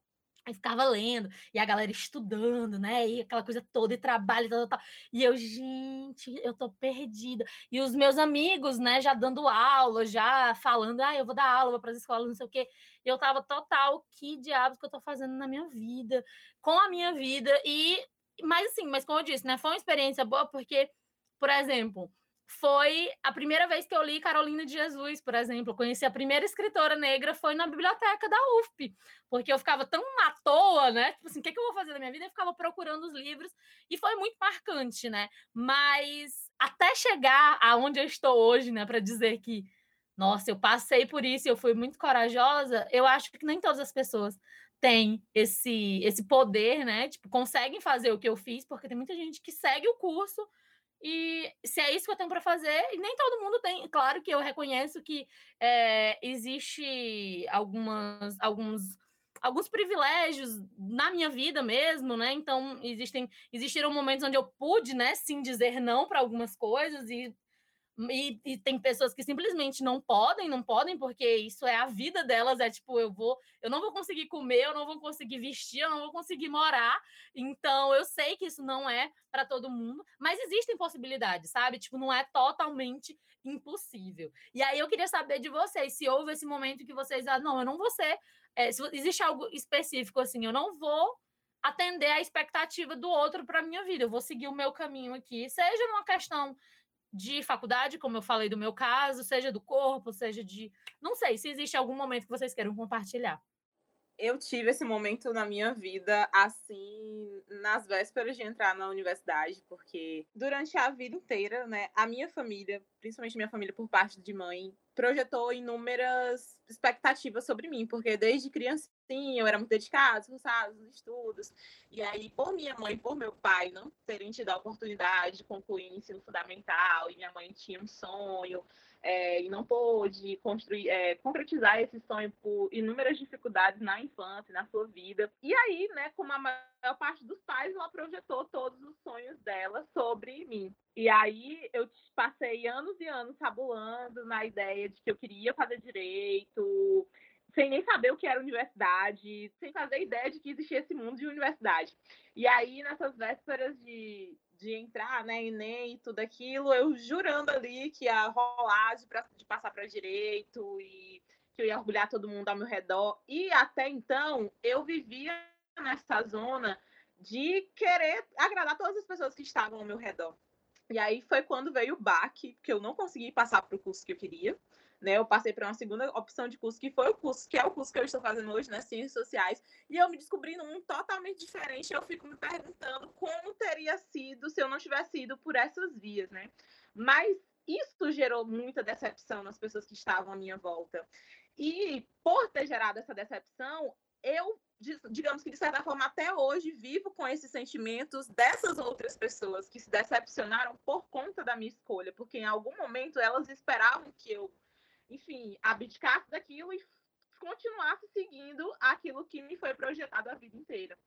e ficava lendo, e a galera estudando, né? E aquela coisa toda, e trabalho, tal, tal, tal. E eu, gente, eu tô perdida. E os meus amigos, né, já dando aula, já falando, ah, eu vou dar aula, vou para as escolas, não sei o quê. E eu tava total, que diabos que eu tô fazendo na minha vida, com a minha vida. E, mas assim, mas como eu disse, né, foi uma experiência boa, porque, por exemplo, foi a primeira vez que eu li Carolina de Jesus, por exemplo. Eu conheci a primeira escritora negra, foi na biblioteca da U F P, porque eu ficava tão à toa, né? Tipo assim, o que, é que eu vou fazer na minha vida? Eu ficava procurando os livros, e foi muito marcante, né? Mas até chegar aonde eu estou hoje, né, para dizer que, nossa, eu passei por isso e eu fui muito corajosa, eu acho que nem todas as pessoas têm esse, esse poder, né? Tipo, conseguem fazer o que eu fiz, porque tem muita gente que segue o curso e se é isso que eu tenho para fazer, e nem todo mundo tem. Claro que eu reconheço que é, existe algumas, alguns, alguns privilégios na minha vida mesmo, né? Então, existem, existiram momentos onde eu pude, né, sim, dizer não para algumas coisas, e E, e tem pessoas que simplesmente não podem, não podem, porque isso é a vida delas, é tipo, eu vou, eu não vou conseguir comer, eu não vou conseguir vestir, eu não vou conseguir morar. Então, eu sei que isso não é para todo mundo, mas existem possibilidades, sabe? Tipo, não é totalmente impossível. E aí eu queria saber de vocês, se houve esse momento que vocês, ah, não, eu não vou ser, é, se existe algo específico assim, eu não vou atender a expectativa do outro para minha vida, eu vou seguir o meu caminho aqui, seja numa questão de faculdade, como eu falei do meu caso, seja do corpo, seja de... Não sei se existe algum momento que vocês queiram compartilhar. Eu tive esse momento na minha vida, assim, nas vésperas de entrar na universidade, porque durante a vida inteira, né, a minha família, principalmente minha família por parte de mãe, projetou inúmeras expectativas sobre mim, porque desde criancinha eu era muito dedicada, esforçada nos estudos, e aí por minha mãe e por meu pai não terem tido a oportunidade de concluir o ensino fundamental, e minha mãe tinha um sonho, É, e não pôde construir, é, concretizar esse sonho por inúmeras dificuldades na infância, na sua vida. E aí, né, como a maior parte dos pais, ela projetou todos os sonhos dela sobre mim. E aí eu passei anos e anos fabulando na ideia de que eu queria fazer direito, sem nem saber o que era universidade, sem fazer ideia de que existia esse mundo de universidade. E aí, nessas vésperas de, de entrar, né, Enem e tudo aquilo, eu jurando ali que ia rolar de, pra, de passar para direito e que eu ia orgulhar todo mundo ao meu redor. E até então, eu vivia nessa zona de querer agradar todas as pessoas que estavam ao meu redor. E aí foi quando veio o baque, que eu não consegui passar para o curso que eu queria. Né, eu passei para uma segunda opção de curso, que foi o curso, que é o curso que eu estou fazendo hoje, né, Ciências Sociais, e eu me descobri num totalmente diferente. Eu fico me perguntando como teria sido se eu não tivesse ido por essas vias, né? Mas isso gerou muita decepção nas pessoas que estavam à minha volta. E por ter gerado essa decepção, eu, digamos que de certa forma até hoje, vivo com esses sentimentos dessas outras pessoas que se decepcionaram por conta da minha escolha, porque em algum momento elas esperavam que eu, enfim, abdicasse daquilo e continuasse seguindo aquilo que me foi projetado a vida inteira.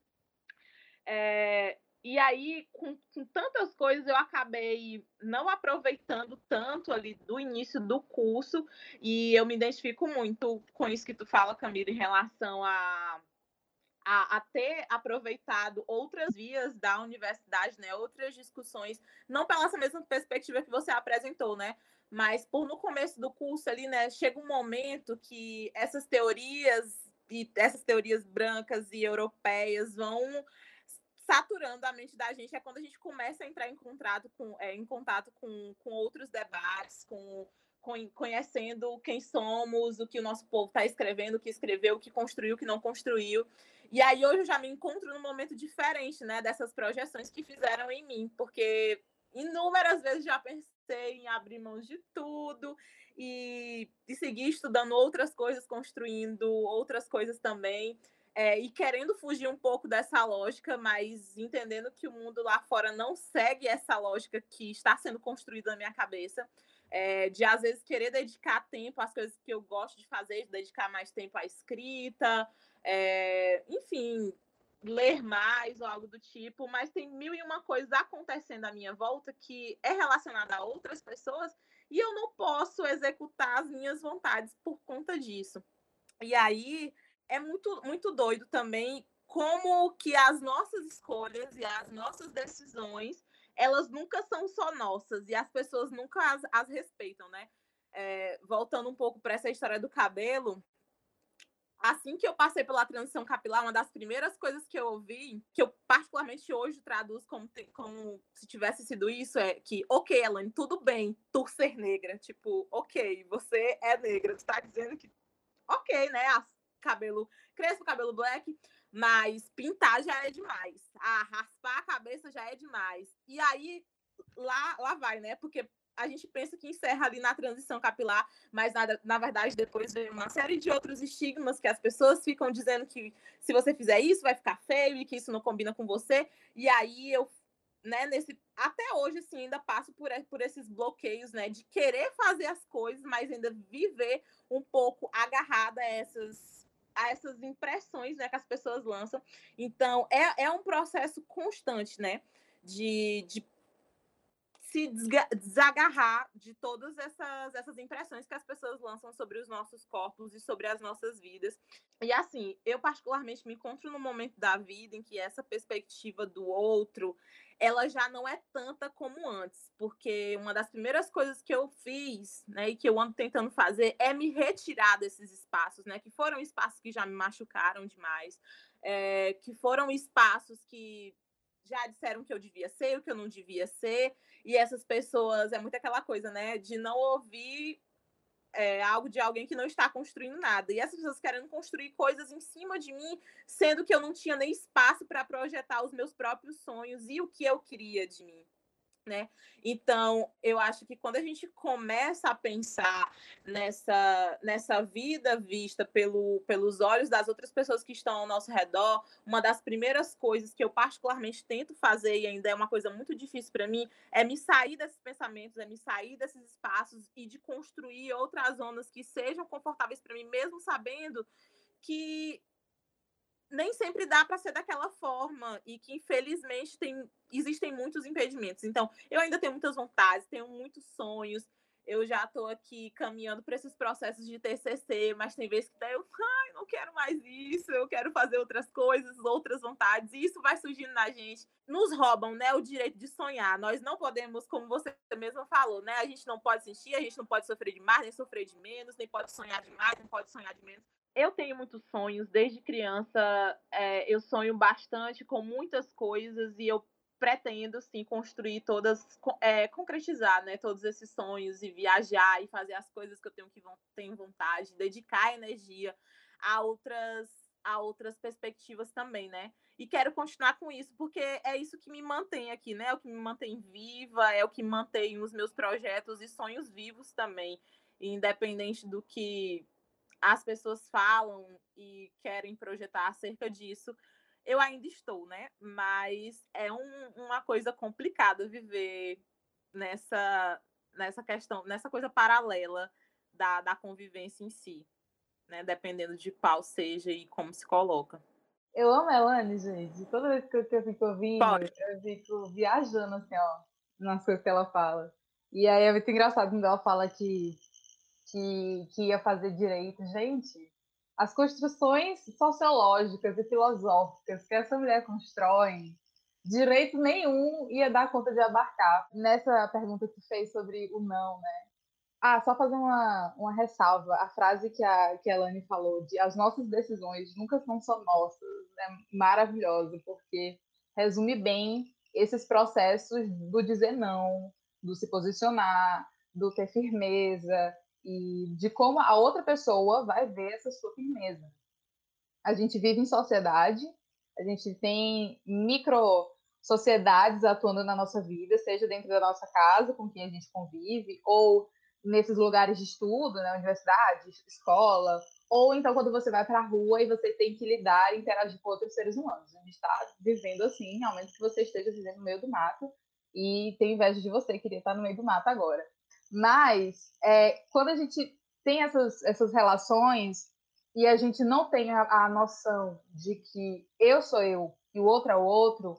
É, e aí, com, com tantas coisas, eu acabei não aproveitando tanto ali do início do curso, e eu me identifico muito com isso que tu fala, Camila, em relação a, a, a ter aproveitado outras vias da universidade, né, outras discussões, não pela essa mesma perspectiva que você apresentou, né, mas por no começo do curso ali, né, chega um momento que essas teorias e essas teorias brancas e europeias vão saturando a mente da gente, é quando a gente começa a entrar em contato com, é, em contato com, com outros debates, com, conhecendo quem somos, o que o nosso povo está escrevendo, o que escreveu, o que construiu, o que não construiu. E aí hoje eu já me encontro num momento diferente, né, dessas projeções que fizeram em mim, porque inúmeras vezes já pensei em abrir mãos de tudo e, e seguir estudando outras coisas, construindo outras coisas também, é, e querendo fugir um pouco dessa lógica, mas entendendo que o mundo lá fora não segue essa lógica que está sendo construída na minha cabeça. É, de, às vezes, querer dedicar tempo às coisas que eu gosto de fazer, de dedicar mais tempo à escrita, é, enfim, ler mais ou algo do tipo, mas tem mil e uma coisas acontecendo à minha volta que é relacionada a outras pessoas e eu não posso executar as minhas vontades por conta disso. E aí é muito, muito doido também como que as nossas escolhas e as nossas decisões elas nunca são só nossas e as pessoas nunca as, as respeitam, né? É, voltando um pouco para essa história do cabelo, assim que eu passei pela transição capilar, uma das primeiras coisas que eu ouvi, que eu particularmente hoje traduzo como, como se tivesse sido isso, é que, ok, Elaine, tudo bem tu ser negra, tipo, ok, você é negra, tu tá dizendo que, ok, né, cabelo crespo, cabelo black, mas pintar já é demais. Ah, raspar a cabeça já é demais. E aí, lá, lá vai, né? Porque a gente pensa que encerra ali na transição capilar, mas na, na verdade depois vem uma série de outros estigmas que as pessoas ficam dizendo que se você fizer isso vai ficar feio e que isso não combina com você. E aí eu, né, nesse, até hoje assim, ainda passo por, por esses bloqueios, né, de querer fazer as coisas, mas ainda viver um pouco agarrada a essas a essas impressões, né, que as pessoas lançam. Então, é, é um processo constante, né, de, de se desagarrar de todas essas, essas impressões que as pessoas lançam sobre os nossos corpos e sobre as nossas vidas. E assim, eu particularmente me encontro num momento da vida em que essa perspectiva do outro, ela já não é tanta como antes, porque uma das primeiras coisas que eu fiz, né, e que eu ando tentando fazer é me retirar desses espaços, né, que foram espaços que já me machucaram demais, é, que foram espaços que já disseram que eu devia ser, o que eu não devia ser, e essas pessoas, é muito aquela coisa, né, de não ouvir é, algo de alguém que não está construindo nada. E essas pessoas querendo construir coisas em cima de mim, sendo que eu não tinha nem espaço para projetar os meus próprios sonhos e o que eu queria de mim. Né? Então, eu acho que quando a gente começa a pensar nessa, nessa vida vista pelo, pelos olhos das outras pessoas que estão ao nosso redor, uma das primeiras coisas que eu particularmente tento fazer, e ainda é uma coisa muito difícil para mim, é me sair desses pensamentos, é me sair desses espaços e de construir outras zonas que sejam confortáveis para mim, mesmo sabendo que nem sempre dá para ser daquela forma e que, infelizmente, tem, existem muitos impedimentos. Então, eu ainda tenho muitas vontades, tenho muitos sonhos. Eu já estou aqui caminhando para esses processos de T C C, mas tem vezes que daí eu ai, não quero mais isso, eu quero fazer outras coisas, outras vontades, e isso vai surgindo na gente. Nos roubam, né, o direito de sonhar. Nós não podemos, como você mesmo falou, né, a gente não pode sentir, a gente não pode sofrer de mais, nem sofrer de menos, nem pode sonhar de mais, nem pode sonhar de menos. Eu tenho muitos sonhos, desde criança é, eu sonho bastante com muitas coisas e eu pretendo, sim, construir todas, é, concretizar, né, todos esses sonhos e viajar e fazer as coisas que eu tenho, que tenho vontade, dedicar energia a outras, a outras perspectivas também, né? E quero continuar com isso, porque é isso que me mantém aqui, né? É o que me mantém viva, é o que mantém os meus projetos e sonhos vivos também, independente do que as pessoas falam e querem projetar acerca disso, eu ainda estou, né? Mas é um, uma coisa complicada viver nessa, nessa questão, nessa coisa paralela da, da convivência em si, né? Dependendo de qual seja e como se coloca. Eu amo a Elaine, gente. Toda vez que eu fico ouvindo, Pode. eu fico viajando, assim, ó, nas coisas que ela fala. E aí é muito engraçado quando ela fala que Que, que ia fazer direito. Gente, as construções sociológicas e filosóficas que essa mulher constrói, direito nenhum ia dar conta de abarcar. Nessa pergunta que fez sobre o não, né? Ah, só fazer uma, uma ressalva. A frase que a, que a Elaine falou, de as nossas decisões nunca são só nossas, é maravilhoso, porque resume bem esses processos do dizer não, do se posicionar, do ter firmeza e de como a outra pessoa vai ver essa sua firmeza. A gente vive em sociedade, a gente tem micro sociedades atuando na nossa vida, seja dentro da nossa casa, com quem a gente convive, ou nesses lugares de estudo, na universidade, escola, ou então quando você vai para a rua e você tem que lidar e interagir com outros seres humanos. A gente está vivendo assim, ao menos que você esteja vivendo no meio do mato, e tem inveja de você, queria estar no meio do mato agora. Mas, é, quando a gente tem essas, essas relações e a gente não tem a, a noção de que eu sou eu e o outro é o outro,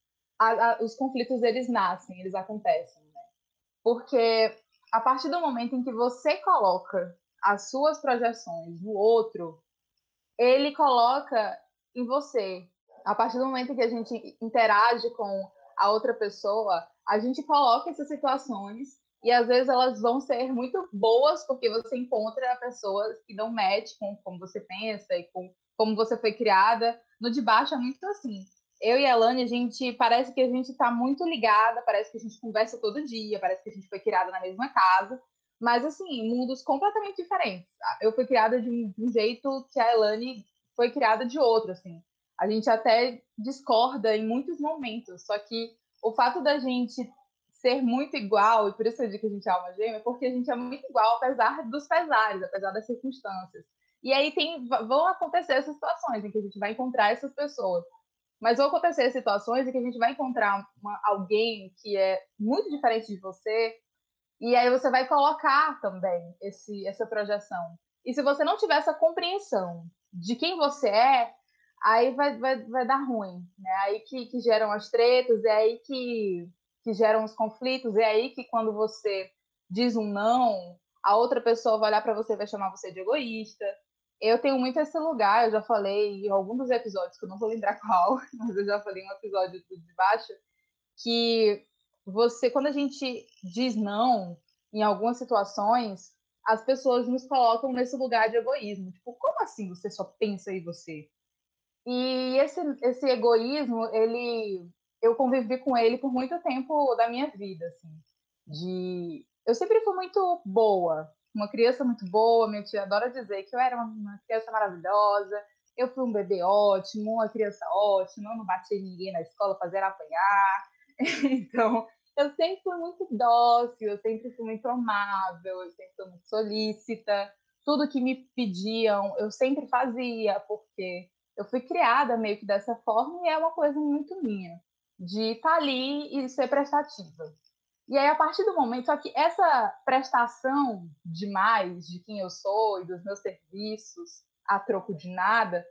a, a, os conflitos, eles nascem, eles acontecem. Né? Porque a partir do momento em que você coloca as suas projeções no outro, ele coloca em você. A partir do momento em que a gente interage com a outra pessoa, a gente coloca essas situações e às vezes elas vão ser muito boas porque você encontra pessoas que dão match com como você pensa e com como você foi criada. No de baixo é muito assim. Eu e a Elane, a gente parece que a gente está muito ligada, parece que a gente conversa todo dia, parece que a gente foi criada na mesma casa, mas assim, mundos completamente diferentes. Eu fui criada de um, de um jeito que a Elane foi criada de outro, assim. A gente até discorda em muitos momentos, só que o fato da gente ser muito igual, e por isso eu digo que a gente é alma gêmea, porque a gente é muito igual, apesar dos pesares, apesar das circunstâncias. E aí tem, vão acontecer essas situações em que a gente vai encontrar essas pessoas. Mas vão acontecer situações em que a gente vai encontrar uma, alguém que é muito diferente de você, e aí você vai colocar também esse, essa projeção. E se você não tiver essa compreensão de quem você é, aí vai, vai, vai dar ruim. Né? Aí que, que geram as tretas, é aí que, que geram os conflitos, é aí que quando você diz um não, a outra pessoa vai olhar para você e vai chamar você de egoísta. Eu tenho muito esse lugar, eu já falei em algum dos episódios, que eu não vou lembrar qual, mas eu já falei em um episódio de baixo, que você, quando a gente diz não em algumas situações, as pessoas nos colocam nesse lugar de egoísmo. Tipo, como assim você só pensa em você? E esse, esse egoísmo, ele, eu convivi com ele por muito tempo da minha vida, assim. De, eu sempre fui muito boa, uma criança muito boa, minha tia adora dizer que eu era uma criança maravilhosa, eu fui um bebê ótimo, uma criança ótima, eu não bati ninguém na escola, fazia apanhar. Então, eu sempre fui muito dócil, eu sempre fui muito amável, eu sempre fui muito solícita. Tudo que me pediam, eu sempre fazia, porque eu fui criada meio que dessa forma e é uma coisa muito minha, de estar ali e ser prestativa. E aí, a partir do momento, só que essa prestação demais de quem eu sou e dos meus serviços a troco de nada,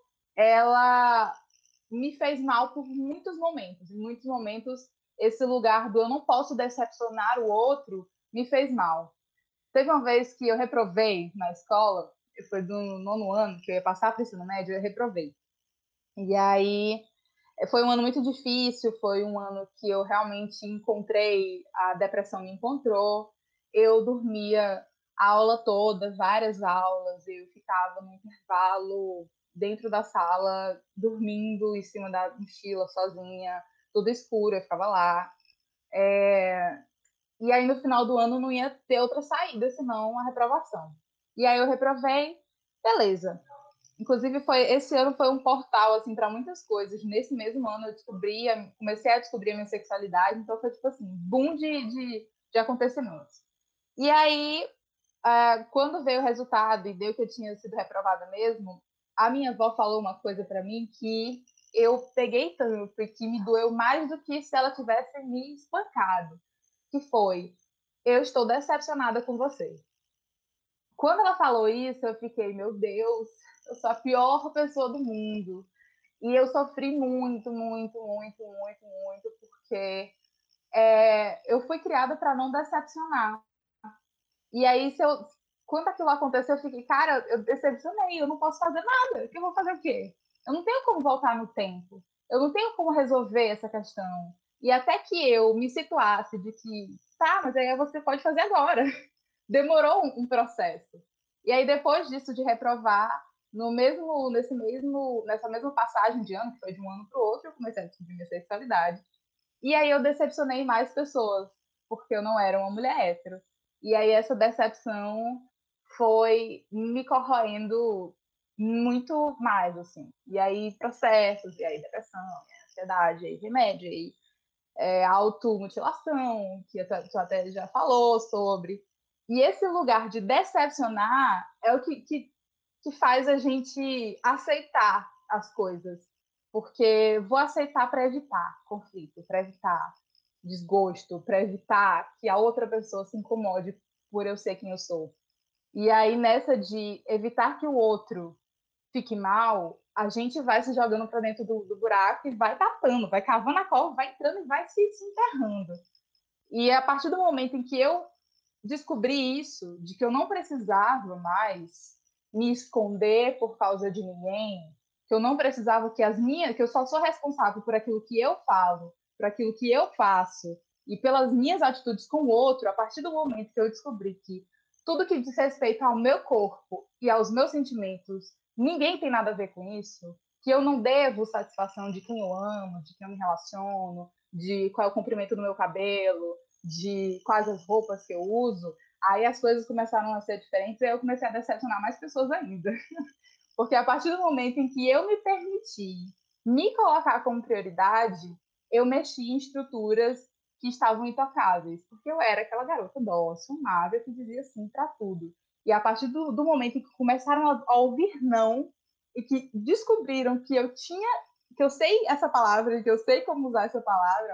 ela me fez mal por muitos momentos. Em muitos momentos, esse lugar do eu não posso decepcionar o outro me fez mal. Teve uma vez que eu reprovei na escola, foi do nono ano, que eu ia passar para o ensino médio, eu reprovei. E aí foi um ano muito difícil, foi um ano que eu realmente encontrei, a depressão me encontrou, eu dormia a aula toda, várias aulas, eu ficava no intervalo dentro da sala, dormindo em cima da mochila sozinha, tudo escuro, eu ficava lá. É... E aí no final do ano não ia ter outra saída, senão a reprovação. E aí eu reprovei, beleza. Inclusive, foi, esse ano foi um portal, assim, para muitas coisas. Nesse mesmo ano eu descobri, comecei a descobrir a minha sexualidade, então foi, tipo assim, boom de, de, de acontecimentos. E aí, uh, quando veio o resultado e deu que eu tinha sido reprovada mesmo, a minha avó falou uma coisa para mim que eu peguei tanto e que me doeu mais do que se ela tivesse me espancado, que foi, eu estou decepcionada com você. Quando ela falou isso, eu fiquei, meu Deus, eu sou a pior pessoa do mundo. E eu sofri muito, muito, muito, muito, muito, porque é, eu fui criada para não decepcionar. E aí, se eu, quando aquilo aconteceu, eu fiquei, cara, eu decepcionei, eu não posso fazer nada. Eu vou fazer o quê? Eu não tenho como voltar no tempo. Eu não tenho como resolver essa questão. E até que eu me situasse de que, tá, mas aí você pode fazer agora. Demorou um, um processo. E aí, depois disso, de reprovar, no mesmo, nesse mesmo, nessa mesma passagem de ano, que foi de um ano para o outro, eu comecei a descobrir minha sexualidade. E aí eu decepcionei mais pessoas, porque eu não era uma mulher hétero. E aí essa decepção foi me corroendo muito mais, assim. E aí processos, e aí depressão, e aí ansiedade, e aí remédio, e aí é, automutilação, que tu até já falou sobre. E esse lugar de decepcionar é o que, que, que faz a gente aceitar as coisas. Porque vou aceitar para evitar conflito, para evitar desgosto, para evitar que a outra pessoa se incomode por eu ser quem eu sou. E aí, nessa de evitar que o outro fique mal, a gente vai se jogando para dentro do, do buraco e vai tapando, vai cavando a cova, vai entrando e vai se, se enterrando. E a partir do momento em que eu descobri isso, de que eu não precisava mais me esconder por causa de ninguém, que eu não precisava que as minhas, que eu só sou responsável por aquilo que eu falo, por aquilo que eu faço e pelas minhas atitudes com o outro, a partir do momento que eu descobri que tudo que diz respeito ao meu corpo e aos meus sentimentos, ninguém tem nada a ver com isso, que eu não devo satisfação de quem eu amo, de quem eu me relaciono, de qual é o comprimento do meu cabelo, de quais as roupas que eu uso, aí as coisas começaram a ser diferentes e eu comecei a decepcionar mais pessoas ainda. Porque a partir do momento em que eu me permiti me colocar como prioridade, eu mexi em estruturas que estavam intocáveis, porque eu era aquela garota dócil, amável, que dizia sim para tudo. E a partir do, do momento em que começaram a, a ouvir não, e que descobriram que eu tinha, que eu sei essa palavra, que eu sei como usar essa palavra,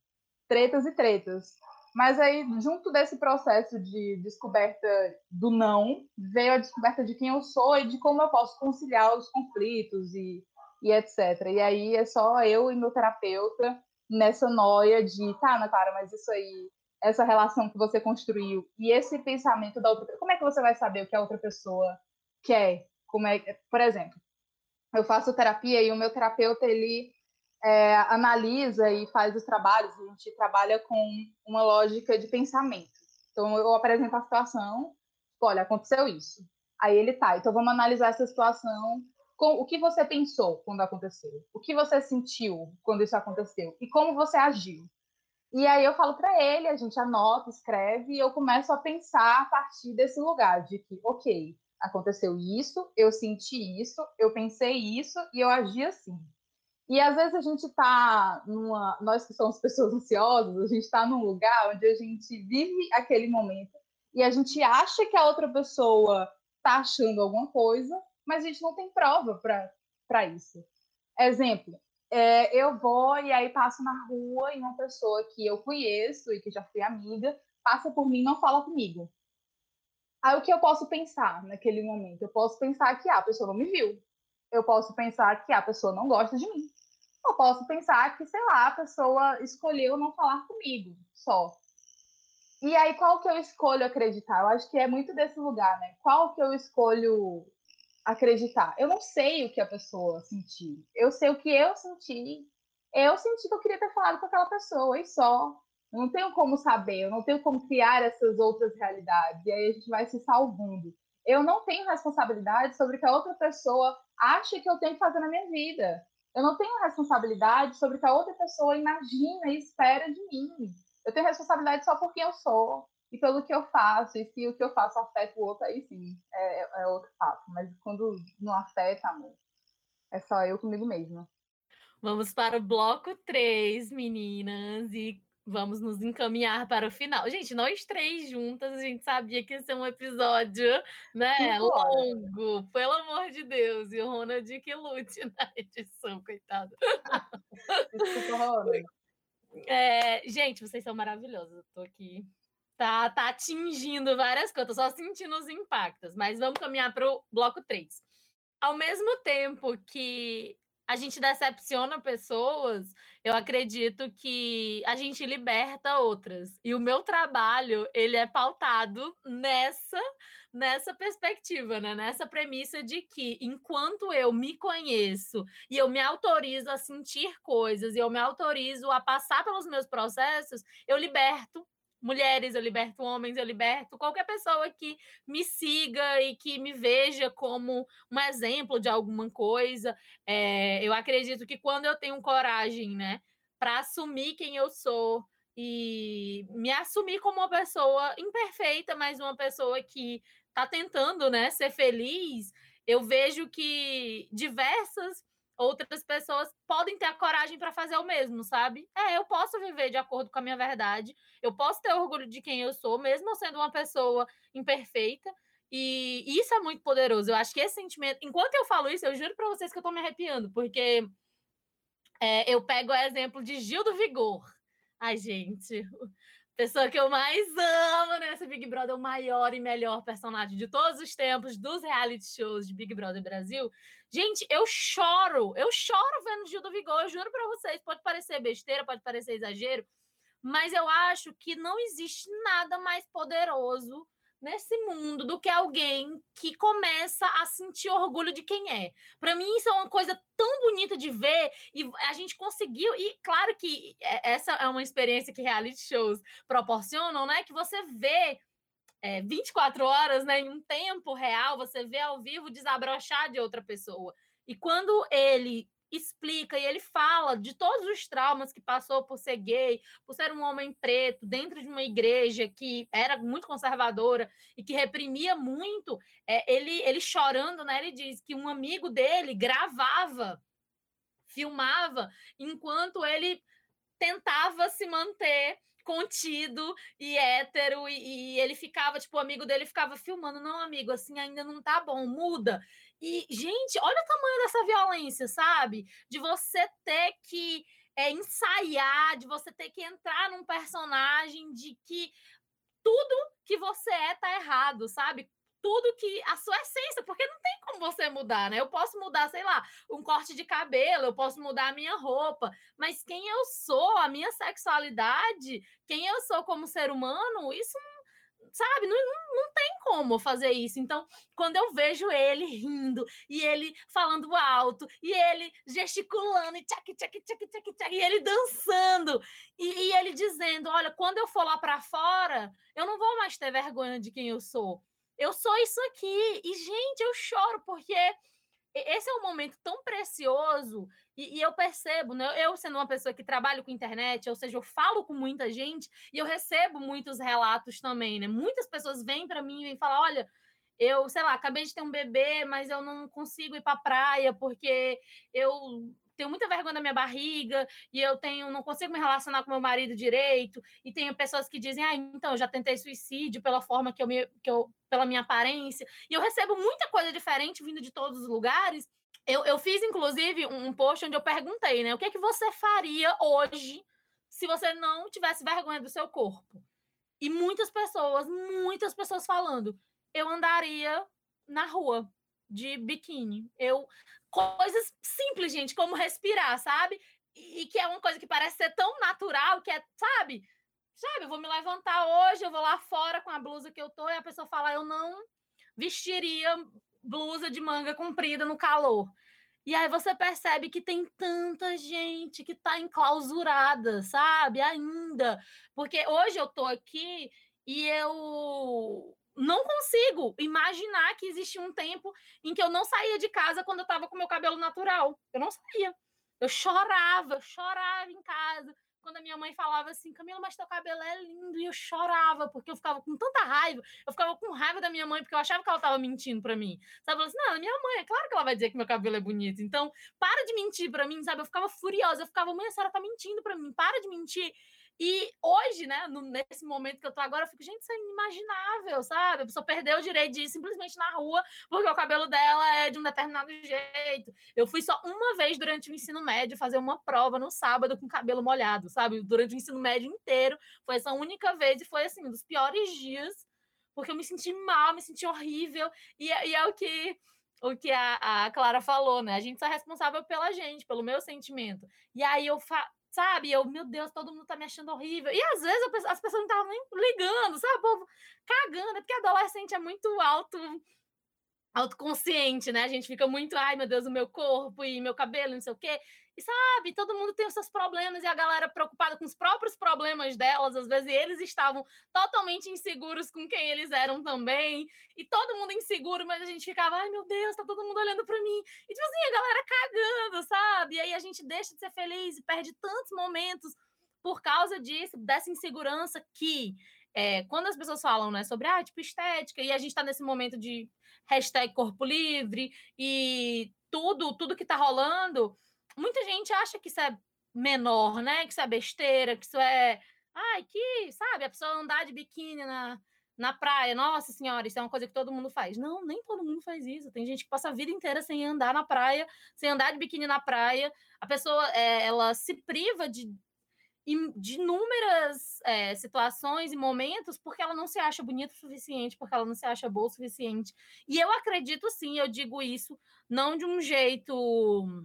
tretas e tretas. Mas aí, junto desse processo de descoberta do não, veio a descoberta de quem eu sou e de como eu posso conciliar os conflitos e, e etcétera. E aí é só eu e meu terapeuta nessa noia de, tá, Ana Clara, mas isso aí, essa relação que você construiu e esse pensamento da outra pessoa, como é que você vai saber o que a outra pessoa quer? Como é, por exemplo, eu faço terapia e o meu terapeuta, ele é, analisa e faz os trabalhos, a gente trabalha com uma lógica de pensamento. Então, eu apresento a situação, tipo, olha, aconteceu isso. Aí ele tá, então vamos analisar essa situação, com o que você pensou quando aconteceu, o que você sentiu quando isso aconteceu e como você agiu. E aí eu falo para ele, a gente anota, escreve, e eu começo a pensar a partir desse lugar de que, ok, aconteceu isso, eu senti isso, eu pensei isso e eu agi assim. E às vezes a gente está numa. Nós que somos pessoas ansiosas, a gente está num lugar onde a gente vive aquele momento e a gente acha que a outra pessoa está achando alguma coisa, mas a gente não tem prova para isso. Exemplo, é, eu vou e aí passo na rua e uma pessoa que eu conheço e que já fui amiga passa por mim e não fala comigo. Aí o que eu posso pensar naquele momento? Eu posso pensar que ah, a pessoa não me viu. Eu posso pensar que ah, a pessoa não gosta de mim. Eu posso pensar que, sei lá, a pessoa escolheu não falar comigo, só. E aí, qual que eu escolho acreditar? Eu acho que é muito desse lugar, né? Qual que eu escolho acreditar? Eu não sei o que a pessoa sentiu. Eu sei o que eu senti. Eu senti que eu queria ter falado com aquela pessoa, e só. Eu não tenho como saber, eu não tenho como criar essas outras realidades. E aí a gente vai se salvando. Eu não tenho responsabilidade sobre o que a outra pessoa acha que eu tenho que fazer na minha vida. Eu não tenho responsabilidade sobre o que a outra pessoa imagina e espera de mim. Eu tenho responsabilidade só por quem eu sou e pelo que eu faço. E se o que eu faço afeta o outro, aí sim, é, é outro fato. Mas quando não afeta, amor, é só eu comigo mesma. Vamos para o bloco três, meninas, e vamos nos encaminhar para o final. Gente, nós três juntas, a gente sabia que ia ser um episódio, né, longo, pelo amor de Deus. E o Ronald que lute na edição, coitado. Desculpa, Ronald. É, gente, vocês são maravilhosos. Eu tô aqui. Tá, tá atingindo várias coisas, tô só sentindo os impactos. Mas vamos caminhar para o bloco três. Ao mesmo tempo que a gente decepciona pessoas, eu acredito que a gente liberta outras. E o meu trabalho, ele é pautado nessa, nessa perspectiva, né? Nessa premissa de que, enquanto eu me conheço e eu me autorizo a sentir coisas e eu me autorizo a passar pelos meus processos, eu liberto mulheres, eu liberto homens, eu liberto qualquer pessoa que me siga e que me veja como um exemplo de alguma coisa. É, eu acredito que quando eu tenho coragem, né, para assumir quem eu sou, e me assumir como uma pessoa imperfeita, mas uma pessoa que está tentando, né, ser feliz. Eu vejo que diversas outras pessoas podem ter a coragem para fazer o mesmo, sabe? É, eu posso viver de acordo com a minha verdade, eu posso ter orgulho de quem eu sou, mesmo eu sendo uma pessoa imperfeita, e isso é muito poderoso. Eu acho que esse sentimento, enquanto eu falo isso, eu juro para vocês que eu tô me arrepiando, porque é, eu pego o exemplo de Gil do Vigor. Ai, gente, pessoa que eu mais amo nessa Big Brother, o maior e melhor personagem de todos os tempos dos reality shows de Big Brother Brasil. Gente, eu choro, eu choro vendo Gil do Vigor, eu juro pra vocês, pode parecer besteira, pode parecer exagero, mas eu acho que não existe nada mais poderoso nesse mundo do que alguém que começa a sentir orgulho de quem é. Para mim, isso é uma coisa tão bonita de ver, e a gente conseguiu, e claro que essa é uma experiência que reality shows proporcionam, né? Que você vê é, vinte e quatro horas, né, em um tempo real, você vê ao vivo desabrochar de outra pessoa. E quando ele explica e ele fala de todos os traumas que passou por ser gay, por ser um homem preto, dentro de uma igreja que era muito conservadora e que reprimia muito, é, ele, ele chorando, né, ele diz que um amigo dele gravava, filmava, enquanto ele tentava se manter contido e hétero, e, e ele ficava, tipo, o amigo dele ficava filmando, não, amigo, assim ainda não tá bom, muda. E, gente, olha o tamanho dessa violência, sabe? De você ter que é, ensaiar, de você ter que entrar num personagem de que tudo que você é tá errado, sabe? Tudo que a sua essência, porque não tem como você mudar, né? Eu posso mudar, sei lá, um corte de cabelo, eu posso mudar a minha roupa, mas quem eu sou, a minha sexualidade, quem eu sou como ser humano, isso sabe, não, não, não tem como fazer isso. Então, quando eu vejo ele rindo, e ele falando alto, e ele gesticulando, e tchac, tchac, tchac, tchac, tchac, e ele dançando, e, e ele dizendo, olha, quando eu for lá para fora, eu não vou mais ter vergonha de quem eu sou. Eu sou isso aqui. E, gente, eu choro, porque esse é um momento tão precioso, e, e eu percebo, né? Eu sendo uma pessoa que trabalha com internet, ou seja, eu falo com muita gente e eu recebo muitos relatos também, né? Muitas pessoas vêm para mim e vêm falar, olha, eu, sei lá, acabei de ter um bebê, mas eu não consigo ir para a praia porque eu tenho muita vergonha da minha barriga e eu tenho, não consigo me relacionar com meu marido direito, e tenho pessoas que dizem, ah, então, eu já tentei suicídio pela forma que eu me, que eu, pela minha aparência, e eu recebo muita coisa diferente vindo de todos os lugares. Eu, eu fiz, inclusive, um post onde eu perguntei, né, o que é que você faria hoje se você não tivesse vergonha do seu corpo? E muitas pessoas, muitas pessoas falando, eu andaria na rua de biquíni. Eu coisas simples, gente, como respirar, sabe? E, e que é uma coisa que parece ser tão natural, que é, sabe? Sabe, eu vou me levantar hoje, eu vou lá fora com a blusa que eu tô, e a pessoa fala, eu não vestiria blusa de manga comprida no calor. E aí você percebe que tem tanta gente que tá enclausurada, sabe? Ainda. Porque hoje eu tô aqui e eu não consigo imaginar que existia um tempo em que eu não saía de casa quando eu tava com meu cabelo natural. Eu não saía. Eu chorava, eu chorava em casa. Quando a minha mãe falava assim, Camila, mas teu cabelo é lindo, e eu chorava, porque eu ficava com tanta raiva, eu ficava com raiva da minha mãe, porque eu achava que ela estava mentindo para mim, sabe? Eu falava assim, não, minha mãe, é claro que ela vai dizer que meu cabelo é bonito, então para de mentir para mim, sabe? Eu ficava furiosa, eu ficava, mãe, a senhora tá mentindo para mim, para de mentir. E hoje, né, no, nesse momento que eu tô agora, eu fico, gente, isso é inimaginável, sabe? A pessoa perdeu o direito de ir simplesmente na rua porque o cabelo dela é de um determinado jeito. Eu fui só uma vez durante o ensino médio fazer uma prova no sábado com cabelo molhado, sabe? Durante o ensino médio inteiro, foi essa única vez, e foi, assim, um dos piores dias, porque eu me senti mal, me senti horrível, e, e é o que... o que a, a Clara falou, né? A gente só é responsável pela gente, pelo meu sentimento. E aí eu fa... sabe? Eu, meu Deus, todo mundo tá me achando horrível. E às vezes eu, as pessoas não estavam nem ligando, sabe? O povo cagando, é porque adolescente é muito alto, autoconsciente, né? A gente fica muito, ai, meu Deus, o meu corpo e meu cabelo, não sei o quê. E sabe, todo mundo tem os seus problemas, e a galera preocupada com os próprios problemas delas, às vezes eles estavam totalmente inseguros com quem eles eram também, e todo mundo inseguro, mas a gente ficava, ai meu Deus, tá todo mundo olhando pra mim, e tipo assim, a galera cagando, sabe? E aí a gente deixa de ser feliz e perde tantos momentos por causa disso, dessa insegurança que, é, quando as pessoas falam, né, sobre, ah, tipo, estética, e a gente tá nesse momento de hashtag corpo livre, e tudo, tudo que tá rolando, muita gente acha que isso é menor, né, que isso é besteira, que isso é, ai, que, sabe, a pessoa andar de biquíni na, na praia, nossa senhora, isso é uma coisa que todo mundo faz. Não, nem todo mundo faz isso. Tem gente que passa a vida inteira sem andar na praia, sem andar de biquíni na praia. A pessoa, é, ela se priva de, de inúmeras é, situações e momentos porque ela não se acha bonita o suficiente, porque ela não se acha boa o suficiente. E eu acredito sim, eu digo isso, não de um jeito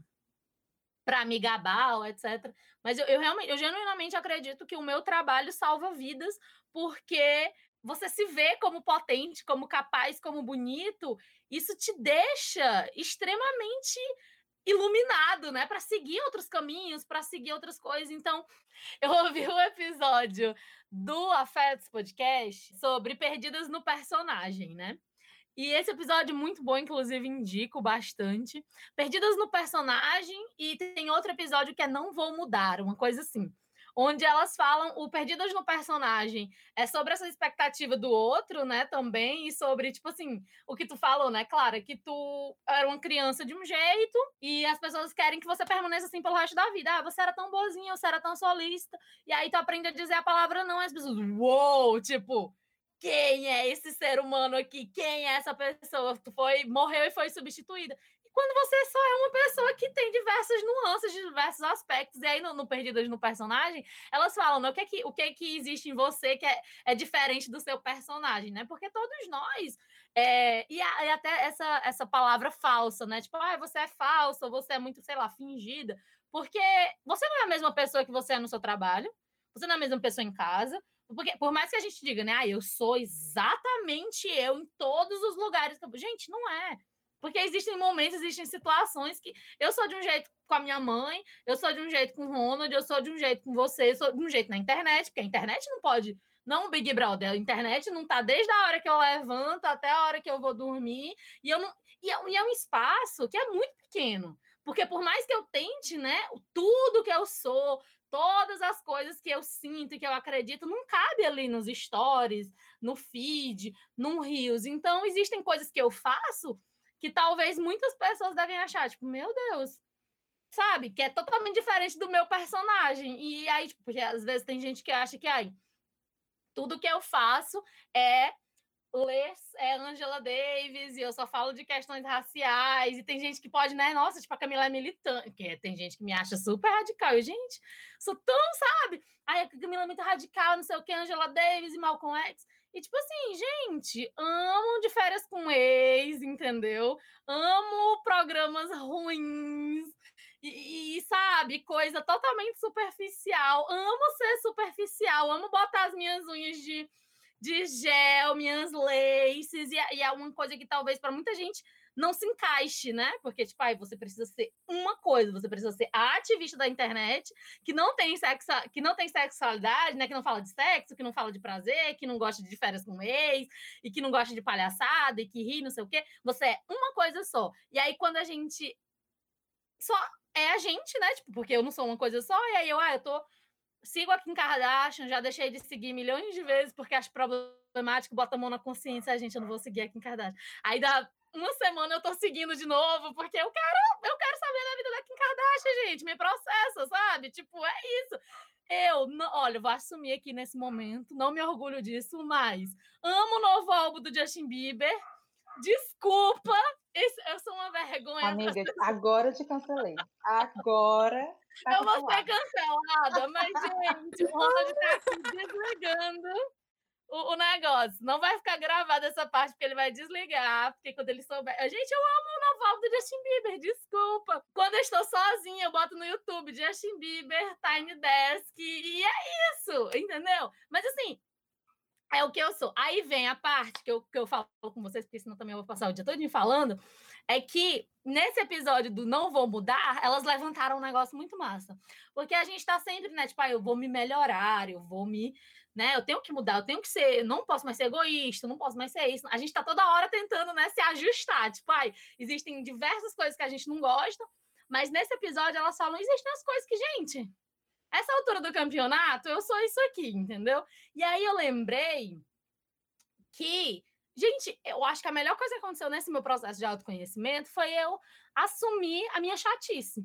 para me gabar, etcétera. Mas eu, eu realmente, eu genuinamente acredito que o meu trabalho salva vidas, porque você se vê como potente, como capaz, como bonito, isso te deixa extremamente iluminado, né, para seguir outros caminhos, para seguir outras coisas. Então, eu ouvi um episódio do Afetos Podcast sobre perdidas no personagem, né? E esse episódio é muito bom, inclusive indico bastante. Perdidas no personagem, e tem outro episódio que é Não Vou Mudar, uma coisa assim. Onde elas falam, o Perdidas no Personagem é sobre essa expectativa do outro, né, também, e sobre, tipo assim, o que tu falou, né, Clara, que tu era uma criança de um jeito e as pessoas querem que você permaneça assim pelo resto da vida. Ah, você era tão boazinha, você era tão solista, e aí tu aprende a dizer a palavra não, e as pessoas, uou, wow, tipo... Quem é esse ser humano aqui? Quem é essa pessoa? Tu foi, morreu e foi substituída. E quando você só é uma pessoa que tem diversas nuances, diversos aspectos, e aí no, no Perdidas no Personagem, elas falam, né, o que é que, o que, é que existe em você que é, é diferente do seu personagem, né? Porque todos nós... É, e, a, e até essa, essa palavra falsa, né? Tipo, ah, você é falsa, você é muito, sei lá, fingida. Porque você não é a mesma pessoa que você é no seu trabalho, você não é a mesma pessoa em casa. Porque, por mais que a gente diga, né, ah, eu sou exatamente eu em todos os lugares. Gente, não é. Porque existem momentos, existem situações que eu sou de um jeito com a minha mãe, eu sou de um jeito com o Ronald, eu sou de um jeito com você, eu sou de um jeito na internet, porque a internet não pode, não Big Brother, a internet não tá desde a hora que eu levanto até a hora que eu vou dormir, e, eu não, e, é, e é um espaço que é muito pequeno. Porque por mais que eu tente, né, tudo que eu sou, todas as coisas que eu sinto e que eu acredito não cabe ali nos stories, no feed, no Reels. Então, existem coisas que eu faço que talvez muitas pessoas devem achar, tipo, meu Deus, sabe? Que é totalmente diferente do meu personagem. E aí, tipo, porque às vezes tem gente que acha que, ai, tudo que eu faço é ler é Angela Davis e eu só falo de questões raciais, e tem gente que pode, né, nossa, tipo, a Camila é militante, que tem gente que me acha super radical, e gente, sou tão, sabe, ai, a Camila é muito radical, não sei o que, Angela Davis e Malcolm X, e tipo assim, gente, amo De Férias com Ex, entendeu? Amo programas ruins, e, e sabe, coisa totalmente superficial, amo ser superficial, amo botar as minhas unhas de de gel, minhas laces, e, e é uma coisa que talvez para muita gente não se encaixe, né? Porque, tipo, aí você precisa ser uma coisa, você precisa ser a ativista da internet, que não tem sexo, que não tem sexualidade, né? Que não fala de sexo, que não fala de prazer, que não gosta de férias com ex, e que não gosta de palhaçada, e que ri, não sei o quê. Você é uma coisa só. E aí, quando a gente só é a gente, né? Tipo, porque eu não sou uma coisa só, e aí eu, ah, eu tô sigo a Kim Kardashian, já deixei de seguir milhões de vezes porque acho problemático, bota a mão na consciência, a gente, eu não vou seguir a Kim Kardashian. Aí dá uma semana eu tô seguindo de novo, porque eu quero, eu quero saber da vida da Kim Kardashian, gente, me processa, sabe? Tipo, é isso. Eu, não, olha, vou assumir aqui nesse momento, não me orgulho disso, mas amo o novo álbum do Justin Bieber. Desculpa, esse, eu sou uma vergonha. Amiga, agora eu te cancelei. Agora. Tá eu vou ser cancelada, mas, gente, o Ronald tá aqui desligando o, o negócio. Não vai ficar gravada essa parte, porque ele vai desligar, porque quando ele souber... Gente, eu amo o novo álbum do Justin Bieber, desculpa. Quando eu estou sozinha, eu boto no YouTube Justin Bieber, Tiny Desk, e é isso, entendeu? Mas, assim, é o que eu sou. Aí vem a parte que eu, que eu falo com vocês, porque senão também eu vou passar o dia todo falando, é que nesse episódio do Não Vou Mudar, elas levantaram um negócio muito massa. Porque a gente tá sempre, né, tipo, ah, eu vou me melhorar, eu vou me, né, eu tenho que mudar, eu tenho que ser, não posso mais ser egoísta, não posso mais ser isso. A gente tá toda hora tentando, né, se ajustar. Tipo, ai, existem diversas coisas que a gente não gosta, mas nesse episódio elas falam, existem as coisas que, gente, essa altura do campeonato, eu sou isso aqui, entendeu? E aí eu lembrei que, gente, eu acho que a melhor coisa que aconteceu nesse meu processo de autoconhecimento foi eu assumir a minha chatice.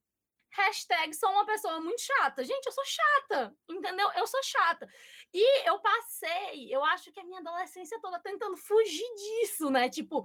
Hashtag sou uma pessoa muito chata. Gente, eu sou chata, entendeu? Eu sou chata. E eu passei, eu acho que a minha adolescência toda tentando fugir disso, né? Tipo,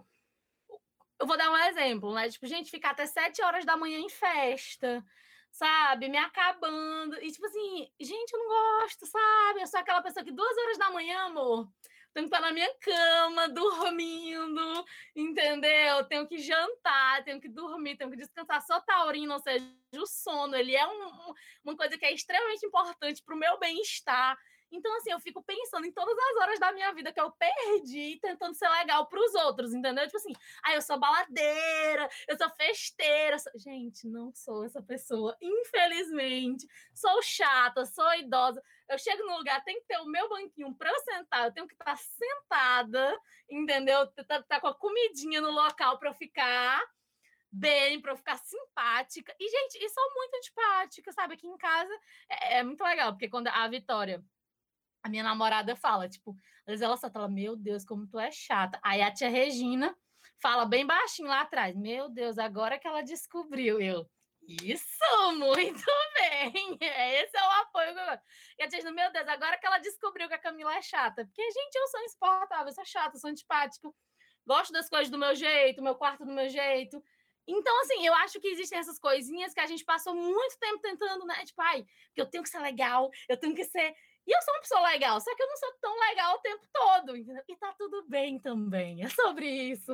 eu vou dar um exemplo, né? Tipo, gente, ficar até sete horas da manhã em festa, sabe? Me acabando. E, tipo assim, gente, eu não gosto, sabe? Eu sou aquela pessoa que duas horas da manhã, amor, tenho que estar na minha cama, dormindo, entendeu? Tenho que jantar, tenho que dormir, tenho que descansar. Sou taurina, ou seja, o sono, ele é um, uma coisa que é extremamente importante para o meu bem-estar. Então, assim, eu fico pensando em todas as horas da minha vida que eu perdi tentando ser legal para os outros, entendeu? Tipo assim, ah, eu sou baladeira, eu sou festeira. Sou... Gente, não sou essa pessoa, infelizmente. Sou chata, sou idosa. Eu chego no lugar, tem que ter o meu banquinho para eu sentar, eu tenho que estar sentada, entendeu? Tá, tá com a comidinha no local para eu ficar bem, para eu ficar simpática. E, gente, e sou muito antipática, sabe? Aqui em casa é, é muito legal, porque quando a Vitória, a minha namorada, fala, tipo, às vezes ela só fala, meu Deus, como tu é chata. Aí a tia Regina fala bem baixinho lá atrás, meu Deus, agora que ela descobriu, eu, isso, muito bem, esse é o apoio que eu gosto. E a tia Regina, meu Deus, agora que ela descobriu que a Camila é chata, porque, gente, eu sou insuportável, eu sou chata, eu sou antipática, gosto das coisas do meu jeito, meu quarto do meu jeito. Então, assim, eu acho que existem essas coisinhas que a gente passou muito tempo tentando, né? Tipo, ai, que eu tenho que ser legal, eu tenho que ser... E eu sou uma pessoa legal, só que eu não sou tão legal o tempo todo, entendeu? E tá tudo bem também, é sobre isso.